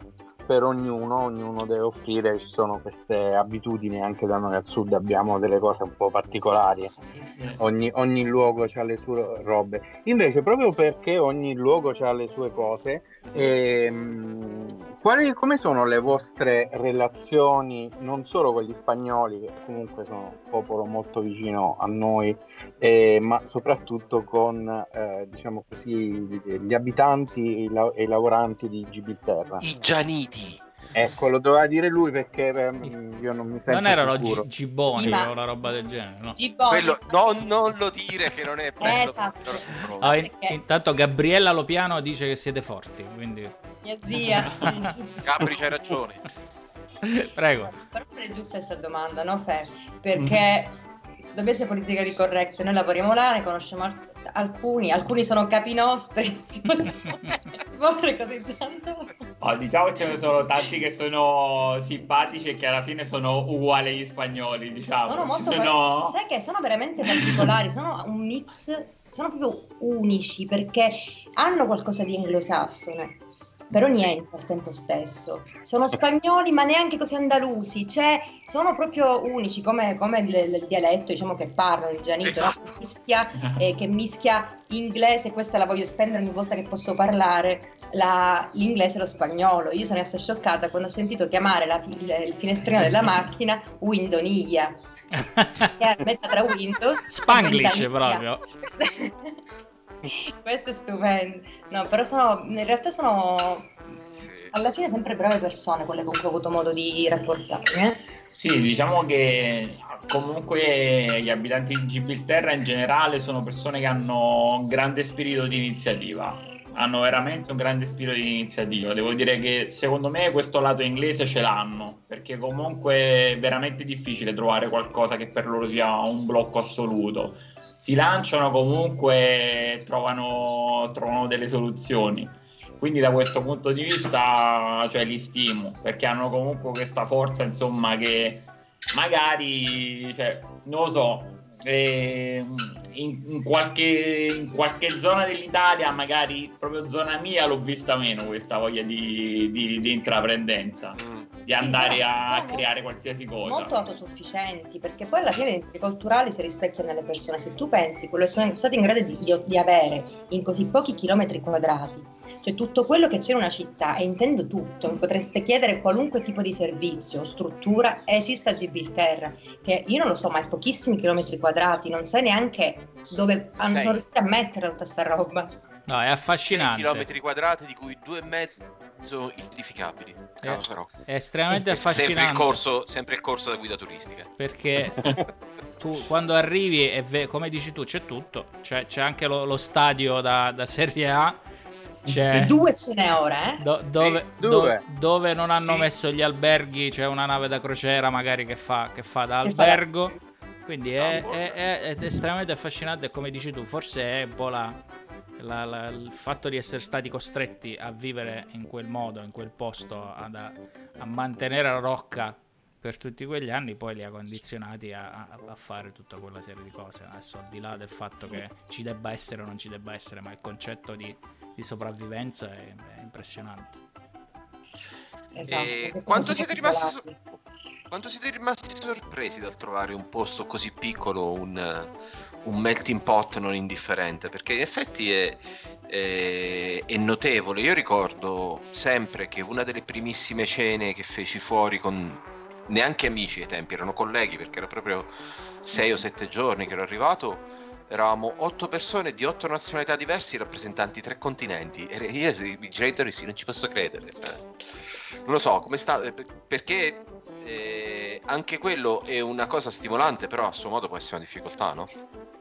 per ognuno, ognuno deve offrire, ci sono queste abitudini, anche da noi al sud abbiamo delle cose un po' particolari, Sì, sì. ogni, ogni luogo ha le sue robe, invece proprio perché ogni luogo ha le sue cose, ehm, quali, come sono le vostre relazioni, non solo con gli spagnoli, che comunque sono un popolo molto vicino a noi, eh, ma soprattutto con eh, diciamo così gli abitanti e i, la- e i lavoranti di Gibilterra? I gianiti. Ecco, lo doveva dire lui perché ehm, io non mi sento Non erano sicuro. gi- giboni Sì, ma- o una roba del genere, no? Giboni. Quello, no, non lo dire che non è bello. Esatto. Però- Ah, in- Perché- intanto Gabriella Lopiano dice che siete forti, quindi Mia zia. Gabri, c'hai ragione. prego. Però non è giusta questa domanda, no Fe? Perché dobbiamo essere politically correct, noi lavoriamo là, ne conosciamo al- alcuni, alcuni sono capi nostri, sborre così tanto. Oh, diciamo che ce ne sono tanti che sono simpatici e che alla fine sono uguali agli spagnoli, diciamo. Sono molto Ci sono... sai che sono veramente particolari, sono un mix, sono proprio unici perché hanno qualcosa di anglosassone, però niente al tempo stesso. Sono spagnoli ma neanche così andalusi, cioè sono proprio unici come, come il, il dialetto, diciamo, che parlano, il gianito, Esatto. no? Che mischia, eh, che mischia inglese, questa la voglio spendere ogni volta che posso parlare, la- l'inglese e lo spagnolo. Io sono rimasta scioccata quando ho sentito chiamare la- il, il finestrino della macchina Windoniglia, che è a metà tra Windows e Spanglish Ventaniglia. proprio. Questo è stupendo. No, però sono, in realtà sono Sì. alla fine sempre brave persone quelle con cui ho avuto modo di rapportarmi. Eh? Sì, diciamo che comunque gli abitanti di Gibilterra in generale sono persone che hanno un grande spirito di iniziativa, hanno veramente un grande spirito di iniziativa. Devo dire che secondo me questo lato inglese ce l'hanno, perché comunque è veramente difficile trovare qualcosa che per loro sia un blocco assoluto. Si lanciano comunque e trovano, trovano delle soluzioni. Quindi da questo punto di vista, cioè, li stimo, perché hanno comunque questa forza, insomma, che magari, cioè, non lo so, eh, in, in qualche, in qualche zona dell'Italia, magari proprio zona mia, l'ho vista meno questa voglia di, di, di intraprendenza, Mm. di andare sono- a sono creare qualsiasi cosa. Molto autosufficienti, perché poi alla fine i diritti culturali si rispecchiano nelle persone. Se tu pensi quello che sono stati in grado di, di- di avere in così pochi chilometri quadrati, cioè tutto quello che c'è in una città, e intendo tutto, potreste chiedere qualunque tipo di servizio o struttura, esiste a Gibilterra, che io non lo so, ma è pochissimi chilometri quadrati, non sai neanche dove hanno, Sei. sono riusciti a mettere tutta sta roba. No, è affascinante. chilometri quadrati di cui due e mezzo edificabili. Cavolo, però. È estremamente Sempre il affascinante. corso, sempre il corso da guida turistica. Perché tu quando arrivi, e ve- come dici tu, c'è tutto. C'è, c'è anche lo, lo stadio da, da Serie A. C'è Due ce n'è ora, eh? do- dove, Sì, do- due. dove non hanno Sì. messo gli alberghi, c'è una nave da crociera magari che fa, che fa da Che fa da- albergo. Quindi è, Esatto. è- è- è estremamente affascinante. E come dici tu, forse è un po' la, la- la- il fatto di essere stati costretti a vivere in quel modo, in quel posto, ad- a, a mantenere la rocca per tutti quegli anni, poi li ha condizionati a, a- a fare tutta quella serie di cose. Adesso, al di là del fatto che ci debba essere o non ci debba essere, ma il concetto di, di sopravvivenza è, è impressionante. Esatto, E perché quanto sono siete isolati. rimasti Quando siete rimasti sorpresi dal trovare un posto così piccolo, un, un melting pot non indifferente? Perché in effetti è, è, è notevole. Io ricordo sempre che una delle primissime cene che feci fuori con neanche amici ai tempi, erano colleghi, perché era proprio sei o sette giorni che ero arrivato. Eravamo otto persone di otto nazionalità diverse, rappresentanti tre continenti. E io i genitori sì, non ci posso credere. Eh, Non lo so, come sta? per- Perché eh, anche quello è una cosa stimolante, però a suo modo può essere una difficoltà, no?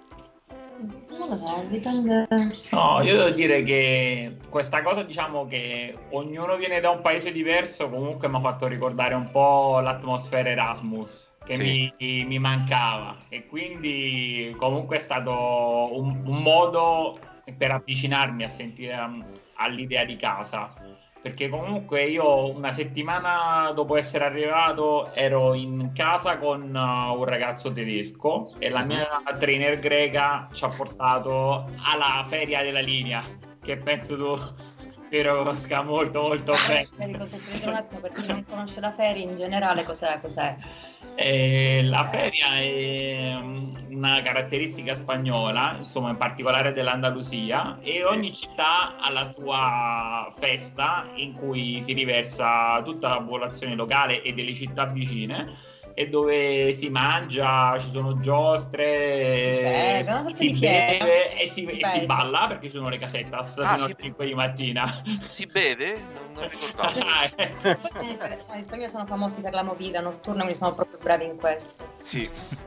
Non lo so, dipende. No, io devo dire che questa cosa, diciamo che ognuno viene da un paese diverso, comunque mi ha fatto ricordare un po' l'atmosfera Erasmus, che Sì. mi, mi mancava, e quindi comunque è stato un, un modo per avvicinarmi a sentire um, all'idea di casa, perché comunque io una settimana dopo essere arrivato ero in casa con uh, un ragazzo tedesco e la mia trainer greca ci ha portato alla feria della linea, che penso tu spero conosca molto molto bene. Un attimo, per chi non conosce la feria in generale, cos'è? cos'è? Eh, la feria è una caratteristica spagnola, insomma in particolare dell'Andalusia, e ogni città ha la sua festa in cui si riversa tutta la popolazione locale e delle città vicine, e dove si mangia, ci sono giostre, beve, si beve e si, e si balla, perché ci sono le casettas ah, fino si... alle cinque di mattina. Si beve? Non, non ricordavo. Poi comunque in Spagna sono famosi per la movida notturna, quindi sono proprio bravi in questo. Sì.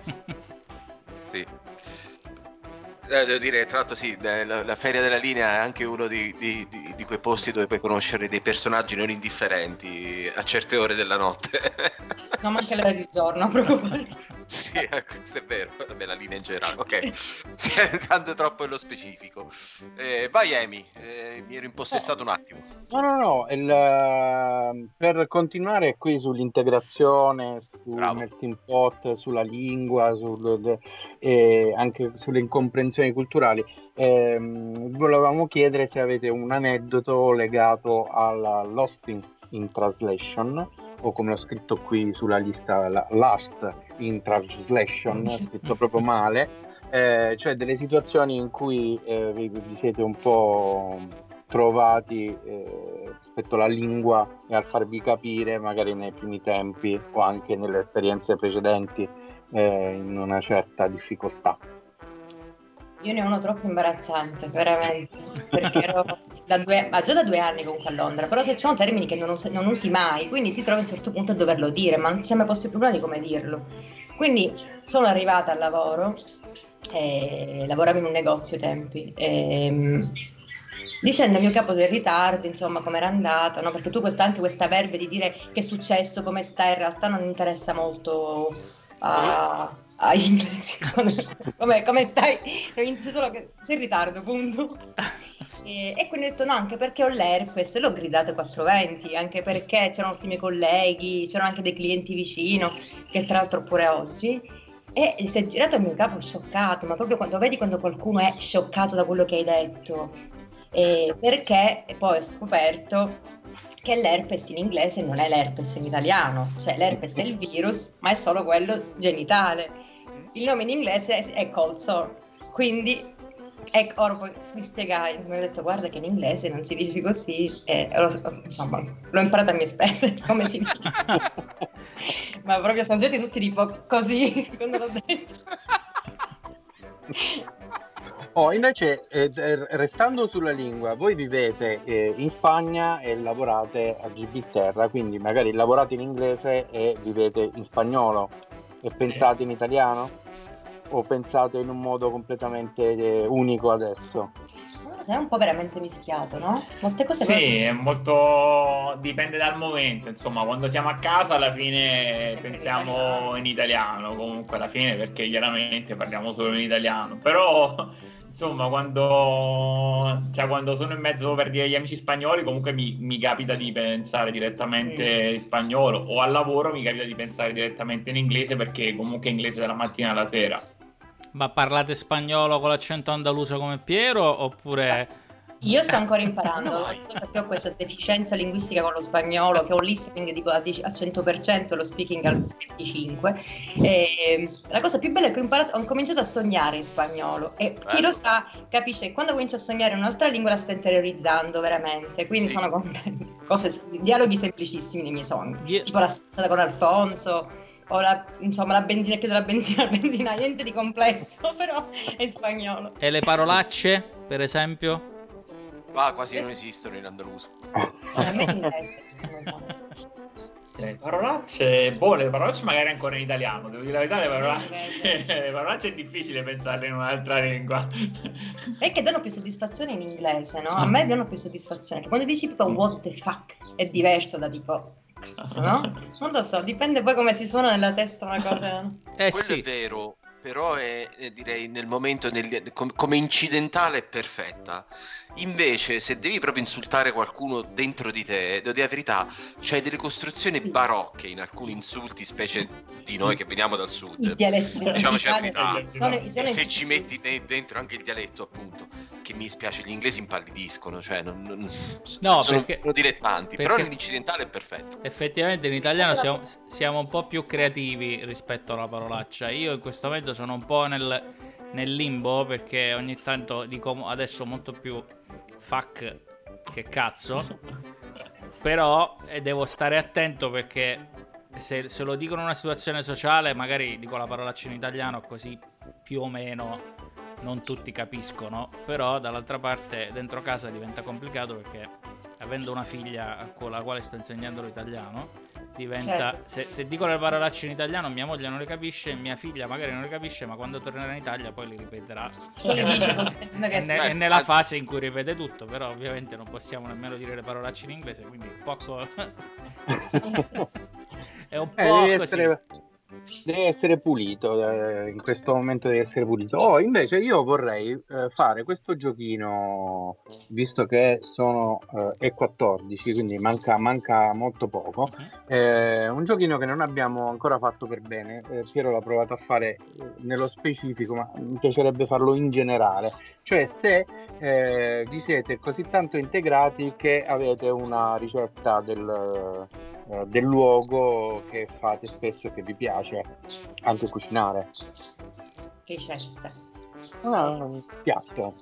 Sì. Eh, devo dire, tra l'altro sì, la, la Feria della Linea è anche uno di, di, di, di quei posti dove puoi conoscere dei personaggi non indifferenti a certe ore della notte. No, ma anche l'ora di giorno, proprio. Sì, questo è vero. Vabbè, la linea in generale. Ok, stiamo entrando troppo nello specifico. Eh, vai Amy, eh, mi ero impossessato un attimo. No, no, no, il, per continuare qui sull'integrazione, sul Bravo. melting pot, sulla lingua, sul, e anche sulle incomprensioni culturali, ehm, volevamo chiedere se avete un aneddoto legato alla Lost in, in Translation, o come ho scritto qui sulla lista, la, Last in Translation, scritto proprio male, eh, cioè delle situazioni in cui eh, vi, vi siete un po' trovati eh, rispetto alla lingua e al farvi capire magari nei primi tempi o anche nelle esperienze precedenti eh, in una certa difficoltà. Io ne ho uno troppo imbarazzante, veramente, perché ero da due, ma già da due anni comunque a Londra, però se ci sono termini che non usi, non usi mai, quindi ti trovi a un certo punto a doverlo dire, ma non ti sembra posto il problema di come dirlo. Quindi sono arrivata al lavoro, e lavoravo in un negozio ai tempi, e, dicendo al mio capo del ritardo, insomma, come era andata, no? Perché tu questa, anche questa verve di dire che è successo, come stai, in realtà non interessa molto a... agli inglesi. come, come stai? Inizio solo che sei in ritardo, punto. E, e quindi ho detto no, anche perché ho l'herpes, l'ho gridato quattrocentoventi, anche perché c'erano ottimi colleghi, c'erano anche dei clienti vicino, che tra l'altro pure oggi, e si è girato il mio capo scioccato, ma proprio quando vedi quando qualcuno è scioccato da quello che hai detto, e perché e poi ho scoperto che l'herpes in inglese non è l'herpes in italiano, cioè l'herpes è il virus, ma è solo quello genitale. Il nome in inglese è cold sore, quindi ecco, ora poi mi spiegai, mi ho detto guarda che in inglese non si dice così, e lo, insomma l'ho imparato a mie spese come si dice. Ma proprio sono stati tutti tipo così quando l'ho detto. Oh, invece, eh, restando sulla lingua, voi vivete eh, in Spagna e lavorate a Gibilterra, quindi magari lavorate in inglese e vivete in spagnolo e pensate sì. in italiano? O pensate in un modo completamente eh, unico adesso? È un po' veramente mischiato, no? Molte cose. Sì, è molto dipende dal momento, insomma, quando siamo a casa alla fine sempre pensiamo italiano. in italiano, comunque alla fine, perché chiaramente parliamo solo in italiano, però insomma quando cioè quando sono in mezzo per dire agli amici spagnoli comunque mi, mi capita di pensare direttamente mm. in spagnolo, o al lavoro mi capita di pensare direttamente in inglese, perché comunque inglese dalla mattina alla sera. Ma parlate spagnolo con l'accento andaluso come Piero, oppure... Io sto ancora imparando, perché ho questa deficienza linguistica con lo spagnolo, che ho un listening tipo al cento per cento, lo speaking al venticinque per cento. E la cosa più bella è che ho, imparato, ho cominciato a sognare in spagnolo, e chi lo sa capisce che quando comincio a sognare in un'altra lingua la sto interiorizzando veramente, quindi sì. sono contenta. Cose, dialoghi semplicissimi nei miei sogni, yeah. tipo la strada con Alfonso, o la, insomma la benzina, che della benzina al benzina, niente di complesso, però è in spagnolo. E le parolacce, per esempio? Ah, quasi non esistono in andaluso. A me in inglese le parolacce, boh, le parolacce magari ancora in italiano, devo dire la verità, le parolacce, le parolacce è difficile pensarle in un'altra lingua. E che danno più soddisfazione in inglese, no? A me danno più soddisfazione, che quando dici tipo what the fuck è diverso da tipo cazzo, no? Non lo so, dipende poi come ti suona nella testa una cosa. Eh Quello sì. è vero, però è, direi nel momento nel, come incidentale è perfetta. Invece se devi proprio insultare qualcuno dentro di te, devo dire la verità, c'hai delle costruzioni barocche in alcuni insulti, specie di noi che veniamo dal sud, il dialetto, diciamoci la verità, sono, sono e se ci metti dentro anche il dialetto appunto, che che mi spiace, gli inglesi impallidiscono, cioè non, non, no, sono, perché, sono dilettanti, perché però l'incidentale è perfetto. Effettivamente in italiano siamo, siamo un po' più creativi rispetto alla parolaccia. Io in questo momento sono un po' nel, nel limbo, perché ogni tanto dico adesso molto più fuck che cazzo, però eh, devo stare attento, perché se, se lo dico in una situazione sociale magari dico la parolaccia in italiano, così più o meno non tutti capiscono, però dall'altra parte dentro casa diventa complicato, perché avendo una figlia con la quale sto insegnando l'italiano diventa, certo. se, se dico le parolacce in italiano mia moglie non le capisce, mia figlia magari non le capisce, ma quando tornerà in Italia poi li ripeterà. È, ne, è nella fase in cui ripete tutto, però ovviamente non possiamo nemmeno dire le parolacce in inglese, quindi poco è un po' eh, così. Essere... Deve essere pulito, eh, in questo momento deve essere pulito. Oh, invece io vorrei eh, fare questo giochino, visto che sono eh, e quattordici, quindi manca, manca molto poco. Eh, un giochino che non abbiamo ancora fatto per bene. Eh, Piero l'ha provato a fare eh, nello specifico, ma mi piacerebbe farlo in generale. Cioè, se eh, vi siete così tanto integrati che avete una ricetta del... del luogo che fate spesso e che vi piace anche cucinare. Ricetta. Ah, un piatto.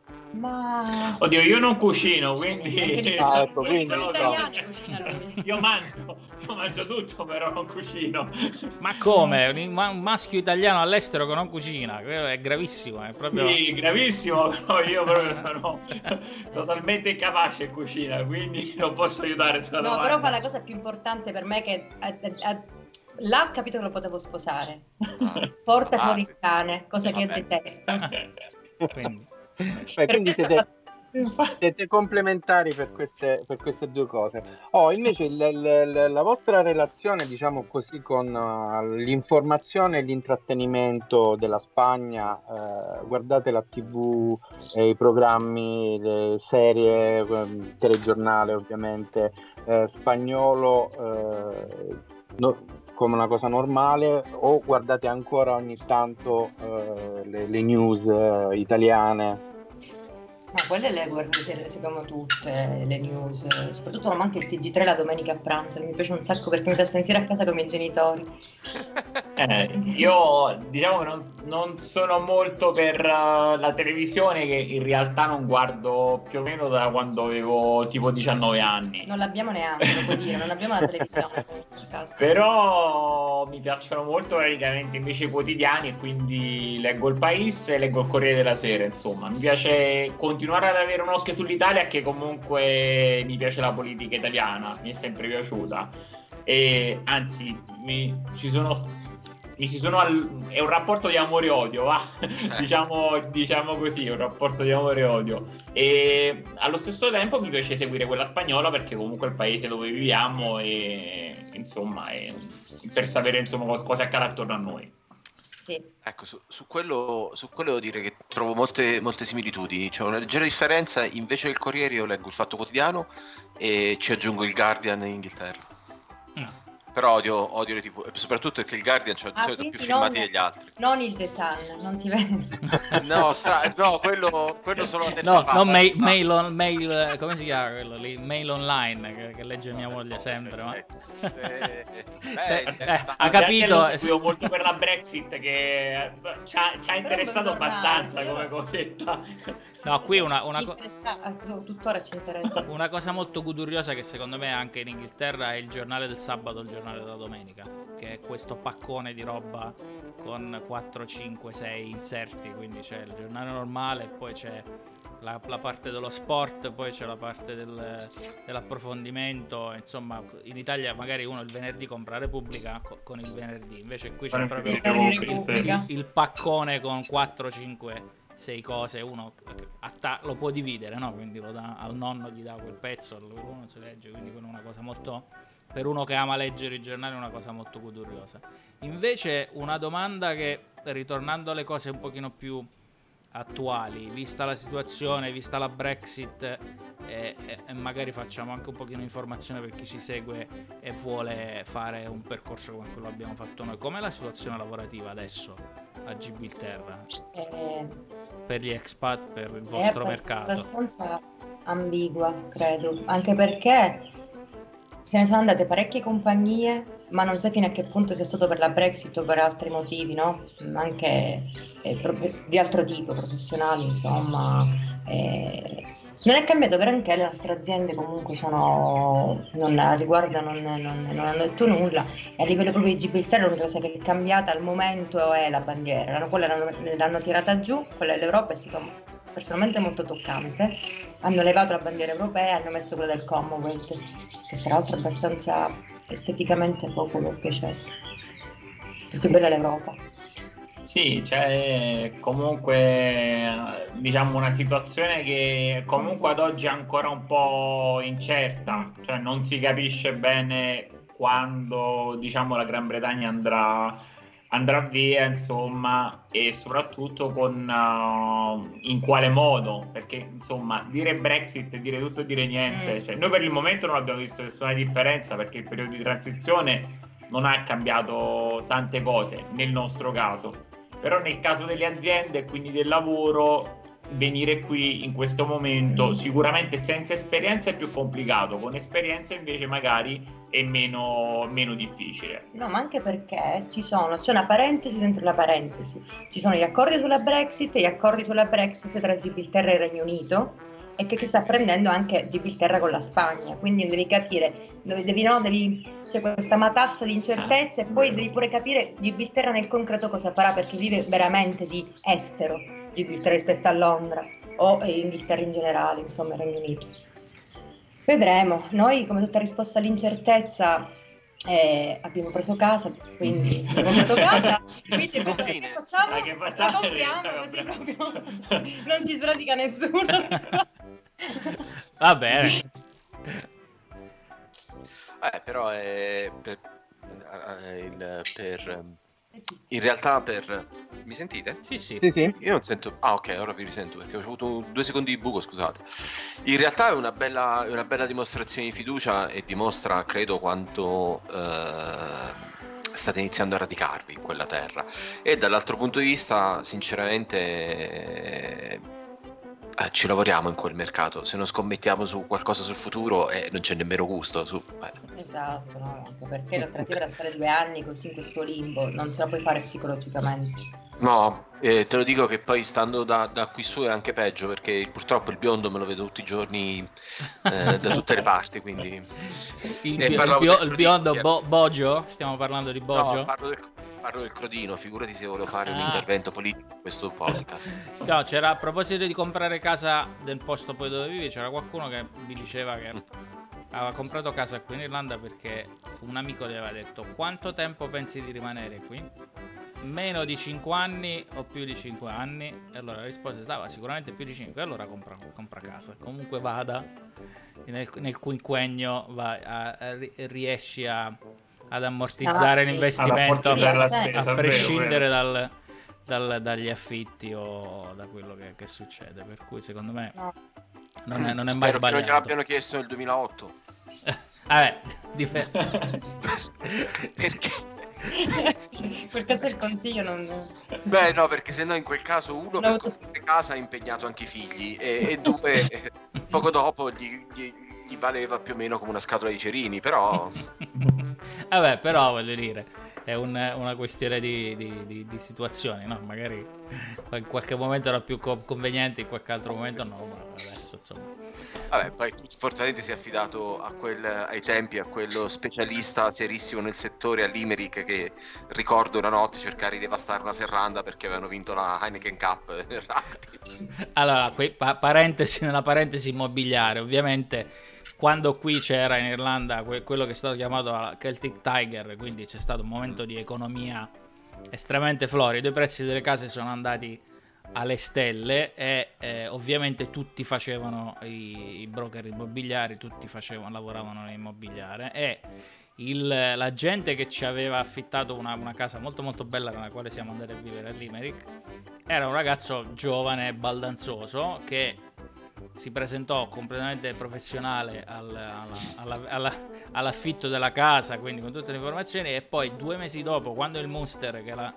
Ma oddio, io non cucino, quindi, ah, ecco, quindi no, no. io mangio, io mangio tutto, però non cucino. Ma come? Un maschio italiano all'estero che non cucina? È gravissimo, è proprio... Sì, gravissimo, però io proprio sono totalmente incapace in cucina, quindi non posso aiutare questa no, domanda. però fa la cosa più importante per me, che a, a, a, là ho capito che lo potevo sposare. Porta fuori il cane, cosa che io detesto. Quindi... Beh, quindi siete, siete complementari per queste, per queste due cose. Oh, invece l, l, la vostra relazione, diciamo così, con uh, l'informazione e l'intrattenimento della Spagna, eh, guardate la tivù, eh, i programmi, le serie, eh, telegiornale ovviamente, eh, spagnolo, eh, no, come una cosa normale, o guardate ancora ogni tanto eh, le, le news eh, italiane? Ma quelle le guardo secondo tutte le news, soprattutto non manca il T G tre la domenica a pranzo, mi piace un sacco perché mi fa sentire a casa come i genitori. Eh, io diciamo che non, non sono molto per uh, la televisione, che in realtà non guardo più o meno da quando avevo tipo diciannove anni. Non l'abbiamo neanche, lo puoi dire, non abbiamo la televisione in casa. Però mi piacciono molto praticamente invece i quotidiani, e quindi leggo il País e leggo il Corriere della Sera, insomma. Mi piace continuare ad avere un occhio sull'Italia, che comunque mi piace la politica italiana, mi è sempre piaciuta. E anzi, mi ci sono... Mi ci sono al... è un rapporto di amore e odio, va? diciamo, diciamo così, è un rapporto di amore e odio. E allo stesso tempo mi piace seguire quella spagnola, perché comunque è il paese dove viviamo e insomma è... per sapere insomma cosa accade attorno a noi. Sì. Ecco, su, su quello su quello devo dire che trovo molte, molte similitudini. C'è una leggera differenza: invece del Corriere io leggo il Fatto Quotidiano e ci aggiungo il Guardian in Inghilterra. Mm. Però odio, odio le tivù, soprattutto perché il Guardian c'ha di ah, solito più filmati non, degli altri. Non il The Sun, non ti vedo. no, stra- no, quello, quello solo la no, parte, no, mail, mail, on, mail, come si chiama quello lì? Mail online, che, che legge mia moglie sempre. Ma... eh, eh, Se, eh, eh, ha capito? Lo seguivo molto per la Brexit, che ci ha, ci ha interessato abbastanza come cosetta. No, qui una, una, co- tuttora ci interessa. Una cosa molto goduriosa che secondo me anche in Inghilterra è il giornale del sabato, il giornale della domenica, che è questo paccone di roba con quattro, cinque, sei inserti, quindi c'è il giornale normale, poi c'è la, la parte dello sport, poi c'è la parte del, dell'approfondimento. Insomma, in Italia magari uno il venerdì compra Repubblica co- con il venerdì, invece qui c'è proprio il, il, il paccone con quattro, cinque, sei cose, uno atta- lo può dividere, no? Quindi lo dà al nonno, gli dà quel pezzo, uno si legge, quindi è una cosa molto, per uno che ama leggere i giornali, è una cosa molto goduriosa. Invece una domanda che, ritornando alle cose un pochino più attuali, vista la situazione, vista la Brexit, e, e, e magari facciamo anche un pochino informazione per chi ci segue e vuole fare un percorso come quello abbiamo fatto noi, com'è la situazione lavorativa adesso? a Gibilterra Eh, per gli expat, per il è vostro abba- mercato? abbastanza ambigua, credo, anche perché se ne sono andate parecchie compagnie, ma non sai fino a che punto sia stato per la Brexit o per altri motivi, no? Anche eh, pro- di altro tipo, professionali, insomma. eh, Non è cambiato granché, le nostre aziende comunque sono, non, a riguardo non, non- non hanno detto nulla, e a livello proprio di Gibilterra l'unica cosa che è cambiata al momento è la bandiera. L'hanno- quella l'hanno, l'hanno tirata giù, quella dell'Europa è stato personalmente molto toccante. Hanno levato la bandiera europea e hanno messo quella del Commonwealth, che tra l'altro è abbastanza esteticamente poco mi piace. È più bella l'Europa. Sì, c'è comunque diciamo una situazione che comunque ad oggi è ancora un po' incerta, cioè non si capisce bene quando diciamo la Gran Bretagna andrà, andrà via, insomma, e soprattutto con uh, in quale modo, perché insomma dire Brexit e dire tutto e dire niente, Mm. cioè, noi per il momento non abbiamo visto nessuna differenza perché il periodo di transizione non ha cambiato tante cose nel nostro caso. Però nel caso delle aziende e quindi del lavoro, venire qui in questo momento sicuramente senza esperienza è più complicato, con esperienza invece magari è meno, meno difficile. No, ma anche perché ci sono, c'è una parentesi dentro la parentesi. Ci sono gli accordi sulla Brexit e gli accordi sulla Brexit tra Gibilterra e il Regno Unito, e che, che sta prendendo anche Gibilterra con la Spagna. Quindi devi capire, devi, devi, no, devi, c'è questa matassa di incertezze, e poi devi pure capire Gibilterra nel concreto cosa farà, perché vive veramente di estero Gibilterra rispetto a Londra o Inghilterra in generale, insomma il Regno Unito. Vedremo. Noi, come tutta risposta all'incertezza, eh, abbiamo preso casa, quindi abbiamo comprato casa, quindi che Confine. facciamo? Eh, che facciamo? La compriamo così proprio non ci sradica nessuno. Va bene. Eh, però è per, eh, il, per in realtà per mi sentite? Sì, sì. Sì, sì. Io non sento. Ah, ok, ora vi risento perché ho avuto due secondi di buco, scusate. In realtà è una bella, è una bella dimostrazione di fiducia e dimostra, credo, quanto eh, state iniziando a radicarvi in quella terra. E dall'altro punto di vista, sinceramente, eh, eh, ci lavoriamo in quel mercato. Se non scommettiamo su qualcosa sul futuro, eh, non c'è nemmeno gusto. Su, eh. Esatto, no? Anche perché l'alternativa era stare due anni così in questo limbo, non ce la puoi fare psicologicamente. No, eh, te lo dico che poi stando da, da qui su è anche peggio perché purtroppo il biondo me lo vedo tutti i giorni eh, da tutte le parti, quindi Il, Eh, bio- il parlavo bio- del il biondo Crodino, Bo- Boggio? Stiamo parlando di Boggio? no, parlo del, parlo del Crodino, figurati se volevo fare un Ah. intervento politico in questo podcast. No, c'era, a proposito di comprare casa del posto poi dove vivi, c'era qualcuno che mi diceva che aveva comprato casa qui in Irlanda perché un amico gli aveva detto: quanto tempo pensi di rimanere qui? Meno di cinque anni o più di cinque anni? E allora la risposta stava sicuramente più di cinque, allora compra, compra casa. Comunque vada, nel, nel quinquennio va a, a- riesci a, ad ammortizzare Ah, sì. l'investimento, Ad apportare la Sì, spesa, a vero, prescindere vero. dal, dal- dagli affitti o da quello che, che succede. Per cui secondo me No. non è, non è Spero mai che non glielo sbagliato. abbiano chiesto nel duemilaotto. Vabbè, dipende. Perché? In quel caso il consiglio non... Beh, no, perché sennò in quel caso uno Non per ho avuto- comprare casa ha impegnato anche i figli e, e due eh, poco dopo gli, gli- gli valeva più o meno come una scatola di cerini, però Vabbè, però voglio dire, è un- una questione di, di- di- di situazioni, no? Magari in qualche momento era più co- conveniente, in qualche altro momento no, ma adesso insomma. vabbè, poi fortunatamente si è affidato a quel, ai tempi a quello specialista serissimo nel settore a Limerick che ricordo una notte cercare di devastare una serranda perché avevano vinto la Heineken Cup nel rugby. Allora, qui, pa- parentesi nella parentesi immobiliare, ovviamente quando qui c'era in Irlanda que- quello che è stato chiamato la Celtic Tiger, quindi c'è stato un momento di economia estremamente florido, i prezzi delle case sono andati alle stelle e eh, ovviamente tutti facevano i, i broker immobiliari, tutti facevano, lavoravano nell'immobiliare e il, la gente che ci aveva affittato una, una casa molto molto bella nella quale siamo andati a vivere a Limerick era un ragazzo giovane e baldanzoso che si presentò completamente professionale al, alla, alla, alla, all'affitto della casa, quindi con tutte le informazioni, e poi due mesi dopo, quando il Munster, che è la,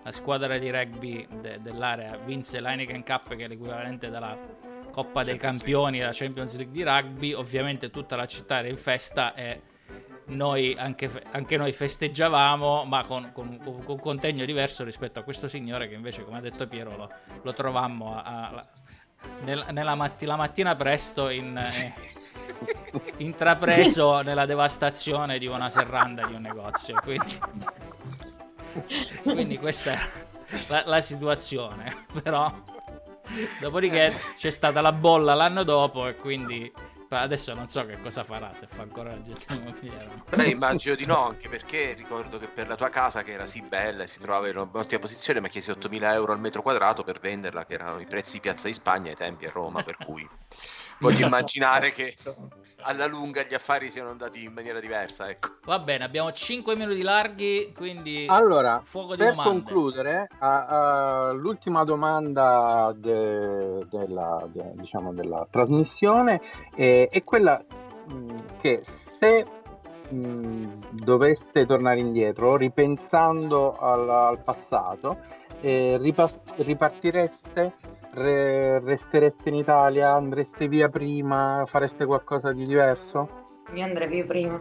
la squadra di rugby de- dell'area vinse l'Heineken Cup, che è l'equivalente della Coppa dei Campioni, la Champions League di rugby, ovviamente tutta la città era in festa e noi anche, anche noi festeggiavamo, ma con, con, con un contegno diverso rispetto a questo signore che invece, come ha detto Piero, lo, lo trovammo a, a, nel, nella matti, la mattina presto in, eh, intrapreso nella devastazione di una serranda di un negozio, quindi, quindi questa è la, la situazione. Però dopodiché c'è stata la bolla l'anno dopo e quindi adesso non so che cosa farà, se fa ancora la gestione immobiliare. Beh, immagino di no, anche perché ricordo che per la tua casa, che era sì bella e si trovava in un'ottima posizione, mi chiesi ottomila euro al metro quadrato per venderla, che erano i prezzi di Piazza di Spagna ai tempi a Roma, per cui voglio immaginare che alla lunga gli affari siano andati in maniera diversa, ecco. Va bene, abbiamo cinque minuti larghi, quindi allora, fuoco di per domande. concludere, uh, uh, l'ultima domanda de, della, de, diciamo della trasmissione è, è quella mh, che se mh, doveste tornare indietro, ripensando al, al passato, eh, ripas- ripartireste? Restereste in Italia? Andreste via prima? Fareste qualcosa di diverso? Io andrei via prima.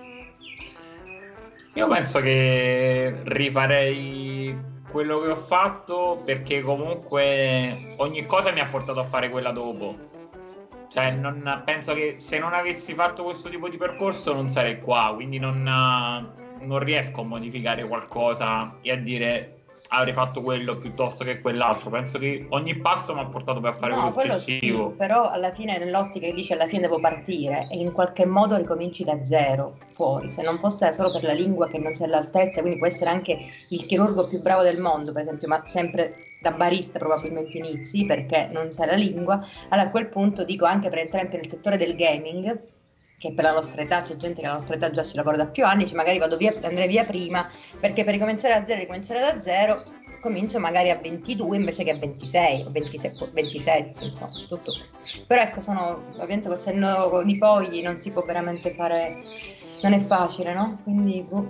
Io penso che rifarei quello che ho fatto, perché comunque ogni cosa mi ha portato a fare quella dopo. Cioè non, penso che se non avessi fatto questo tipo di percorso non sarei qua, quindi non, non riesco a modificare qualcosa e a dire avrei fatto quello piuttosto che quell'altro. Penso che ogni passo mi ha portato per fare no, quello successivo. Sì, però alla fine, nell'ottica che dice alla fine devo partire, e in qualche modo ricominci da zero fuori. Se non fosse solo per la lingua che non sei all'altezza, quindi può essere anche il chirurgo più bravo del mondo, per esempio, ma sempre da barista probabilmente inizi perché non sai la lingua. Allora a quel punto dico, anche per entrare nel settore del gaming, che per la nostra età, c'è gente che alla nostra età già ci lavora da più anni, dice magari vado via, andrei via prima, perché per ricominciare da zero, ricominciare da zero, comincio magari a ventidue invece che a ventisei o ventisei, ventisette, insomma, tutto. Però ecco, sono, ovviamente col senno di poi non si può veramente fare, non è facile, no? Quindi boh.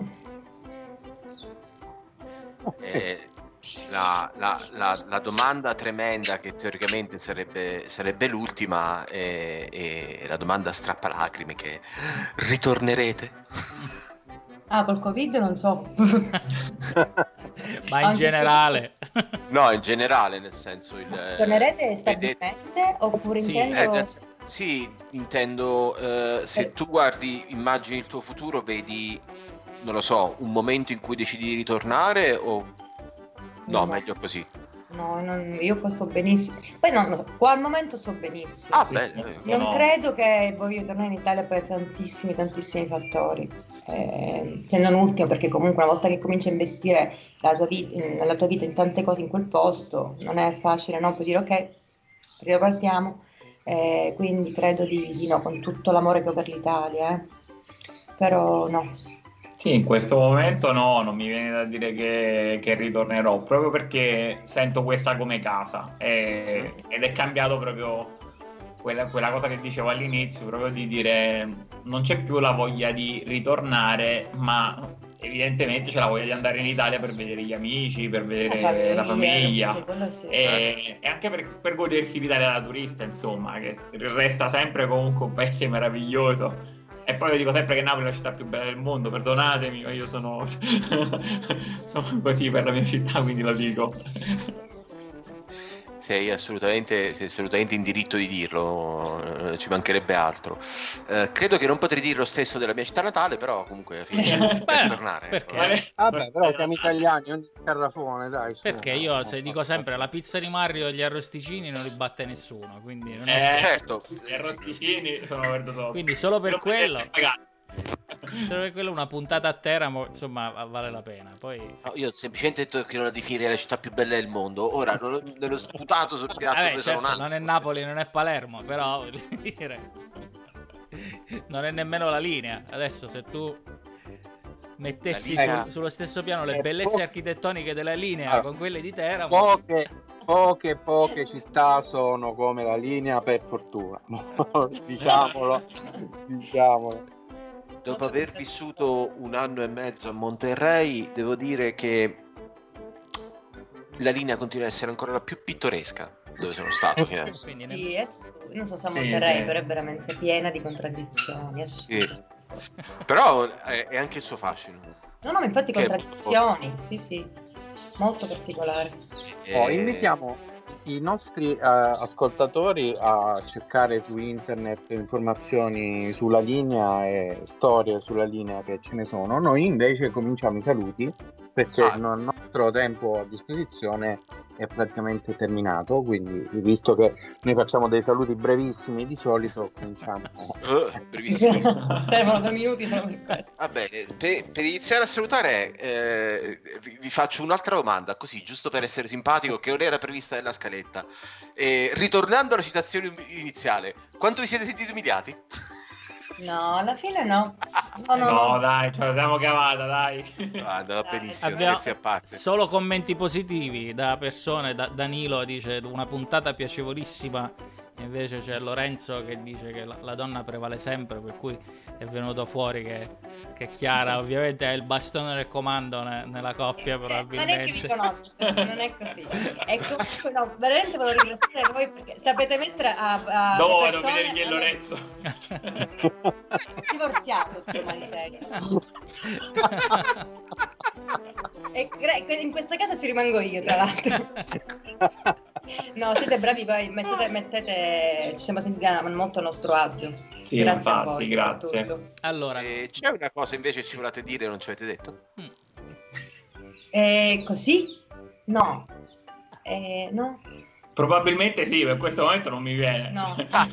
Eh, la, la, la, la domanda tremenda, che teoricamente sarebbe, sarebbe l'ultima, è, è la domanda strappalacrime, che ritornerete? Ah, col Covid non so. Ma in generale. No, in generale, nel senso il, tornerete stabilmente vedete... oppure sì, intendo... eh, sì, intendo eh, se eh. tu guardi, immagini il tuo futuro, vedi, non lo so, un momento in cui decidi di ritornare o no, no. Meglio così. No, non, io qua sto benissimo. Poi no, no, qua al momento sto benissimo. Ah, bello. Non no. credo che voglio tornare in Italia per tantissimi, tantissimi fattori. Eh, se non ultimo, perché comunque una volta che cominci a investire la tua vita, nella tua vita in tante cose in quel posto, non è facile, no? Puoi dire ok, ripartiamo. Eh, quindi credo di, di no, con tutto l'amore che ho per l'Italia. Eh. Però no. Sì, in questo momento no, non mi viene da dire che, che ritornerò, proprio perché sento questa come casa e, ed è cambiato proprio quella, quella cosa che dicevo all'inizio, proprio di dire non c'è più la voglia di ritornare, ma evidentemente c'è la voglia di andare in Italia per vedere gli amici, per vedere la famiglia, la famiglia sì, e, e anche per, per godersi l'Italia da turista, insomma, che resta sempre comunque un paese meraviglioso. E poi io dico sempre che Napoli è la città più bella del mondo, perdonatemi, ma io sono, sono così per la mia città, quindi lo dico. Sei assolutamente, sei assolutamente in diritto di dirlo, ci mancherebbe altro. Eh, credo che non potrei dire lo stesso della mia città natale, però comunque per tornare. Perché? Vabbè, però siamo italiani, ogni scarrafone, dai. Perché io se dico sempre la pizza di Mario e gli arrosticini non li batte nessuno, quindi non è... eh, certo. Gli arrosticini sono perduto. Quindi solo per quello. Solo per quello una puntata a Teramo, insomma, vale la pena. Poi no, io ho semplicemente detto che non la definire la città più bella del mondo. Ora non l'ho sputato sul piatto. Vabbè, certo, non è Napoli, non è Palermo, però voglio dire, non è nemmeno la linea. Adesso se tu mettessi linea... su, sullo stesso piano le bellezze po- architettoniche della linea allora, con quelle di Teramo, poche poche poche città sono come la linea, per fortuna. diciamolo diciamolo Dopo aver vissuto un anno e mezzo a Monterrey, devo dire che la linea continua a essere ancora la più pittoresca dove sono stato fino adesso. Quindi ne... sì, è su... non so se a sì, Monterey, sì. però è veramente piena di contraddizioni. È sì. Però è, è anche il suo fascino. No, no, infatti che contraddizioni, è... sì, sì, molto particolare. E... Oh, invitiamo i nostri uh, ascoltatori a cercare su internet informazioni sulla linea e storie sulla linea, che ce ne sono. Noi invece cominciamo i saluti, perché ah. il nostro tempo a disposizione è praticamente terminato, quindi visto che noi facciamo dei saluti brevissimi di solito, cominciamo. Uh, brevissimi. Servono due minuti. Va bene, per, per iniziare a salutare eh, vi, vi faccio un'altra domanda, così, giusto per essere simpatico, che non era prevista nella scaletta. Eh, ritornando alla citazione iniziale, quanto vi siete sentiti umiliati? No, alla fine no. No, no, no dai, ce la siamo cavata, dai. Ah, andava benissimo. Abbiamo a parte. Solo commenti positivi da persone. Da, Danilo dice una puntata piacevolissima. Invece c'è Lorenzo che dice che la, la donna prevale sempre, per cui è venuto fuori che, che Chiara ovviamente è il bastone del comando ne, nella coppia, probabilmente. Non è che vi conosco, non è così. E comunque no, veramente volevo ringraziare voi perché sapete mettere a, a dove non vedere chi è Lorenzo. Divorziato tu, Marisei. E in questa casa ci rimango io, tra l'altro. No, siete bravi, poi mettete, mettete ci siamo sentiti molto a nostro agio. Sì, grazie infatti, a voi, grazie. Allora, eh, c'è una cosa invece che ci volete dire e non ci avete detto? Mm. Eh, così? No. Eh, no. Probabilmente sì, per questo momento non mi viene. No.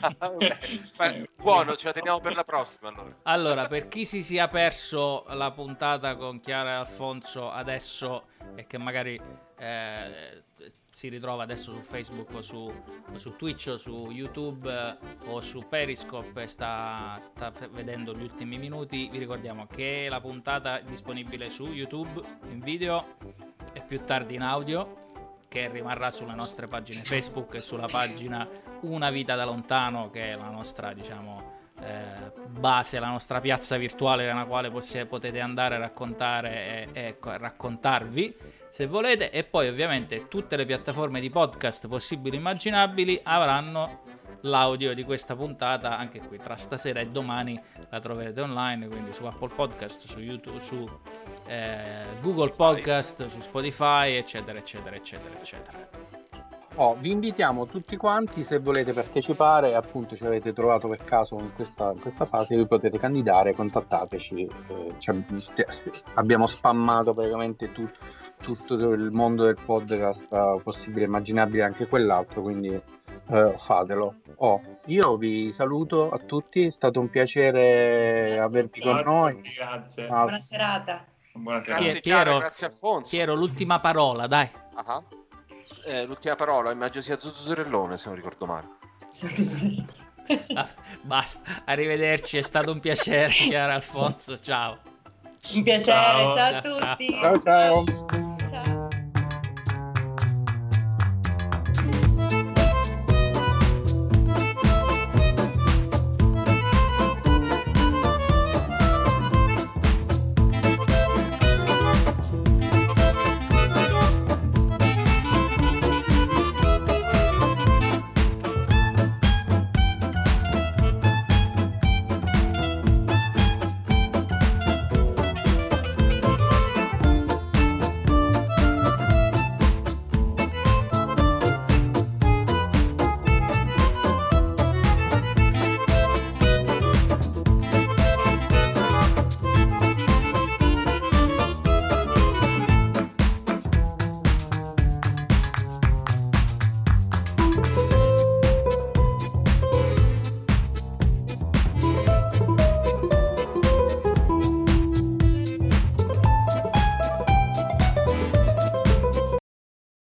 Beh, buono, ce la teniamo per la prossima allora. Allora, per chi si sia perso la puntata con Chiara e Alfonso adesso e che magari eh, si ritrova adesso su Facebook o su, o su Twitch o su YouTube eh, o su Periscope e sta, sta vedendo gli ultimi minuti, vi ricordiamo che la puntata è disponibile su YouTube in video e più tardi in audio, che rimarrà sulle nostre pagine Facebook e sulla pagina Una Vita da Lontano, che è la nostra, diciamo, eh, base, la nostra piazza virtuale nella quale possi- potete andare a raccontare e, e raccontarvi se volete. E poi ovviamente tutte le piattaforme di podcast possibili e immaginabili avranno l'audio di questa puntata, anche qui tra stasera e domani la troverete online, quindi su Apple Podcast, su YouTube, su eh, Google Podcast, su Spotify, eccetera eccetera eccetera eccetera. Oh, vi invitiamo tutti quanti, se volete partecipare, appunto ci avete trovato per caso in questa, in questa fase, vi potete candidare, contattateci, eh, cioè, abbiamo spammato praticamente tu, tutto il mondo del podcast possibile e immaginabile, anche quell'altro, quindi Uh, fatelo. Oh, io vi saluto a tutti, è stato un piacere avervi con noi. Tutti, grazie. Ah. Buona serata. Buona serata. Grazie, Piero, Chiara, grazie Alfonso. Piero, l'ultima parola, dai. Uh-huh. Eh, l'ultima parola, immagino sia Zuzzurellone, se non ricordo male. Ah, basta, arrivederci, è stato un piacere, Chiara, Alfonso, ciao. Un piacere, ciao, Ciao. ciao a tutti. Ciao ciao.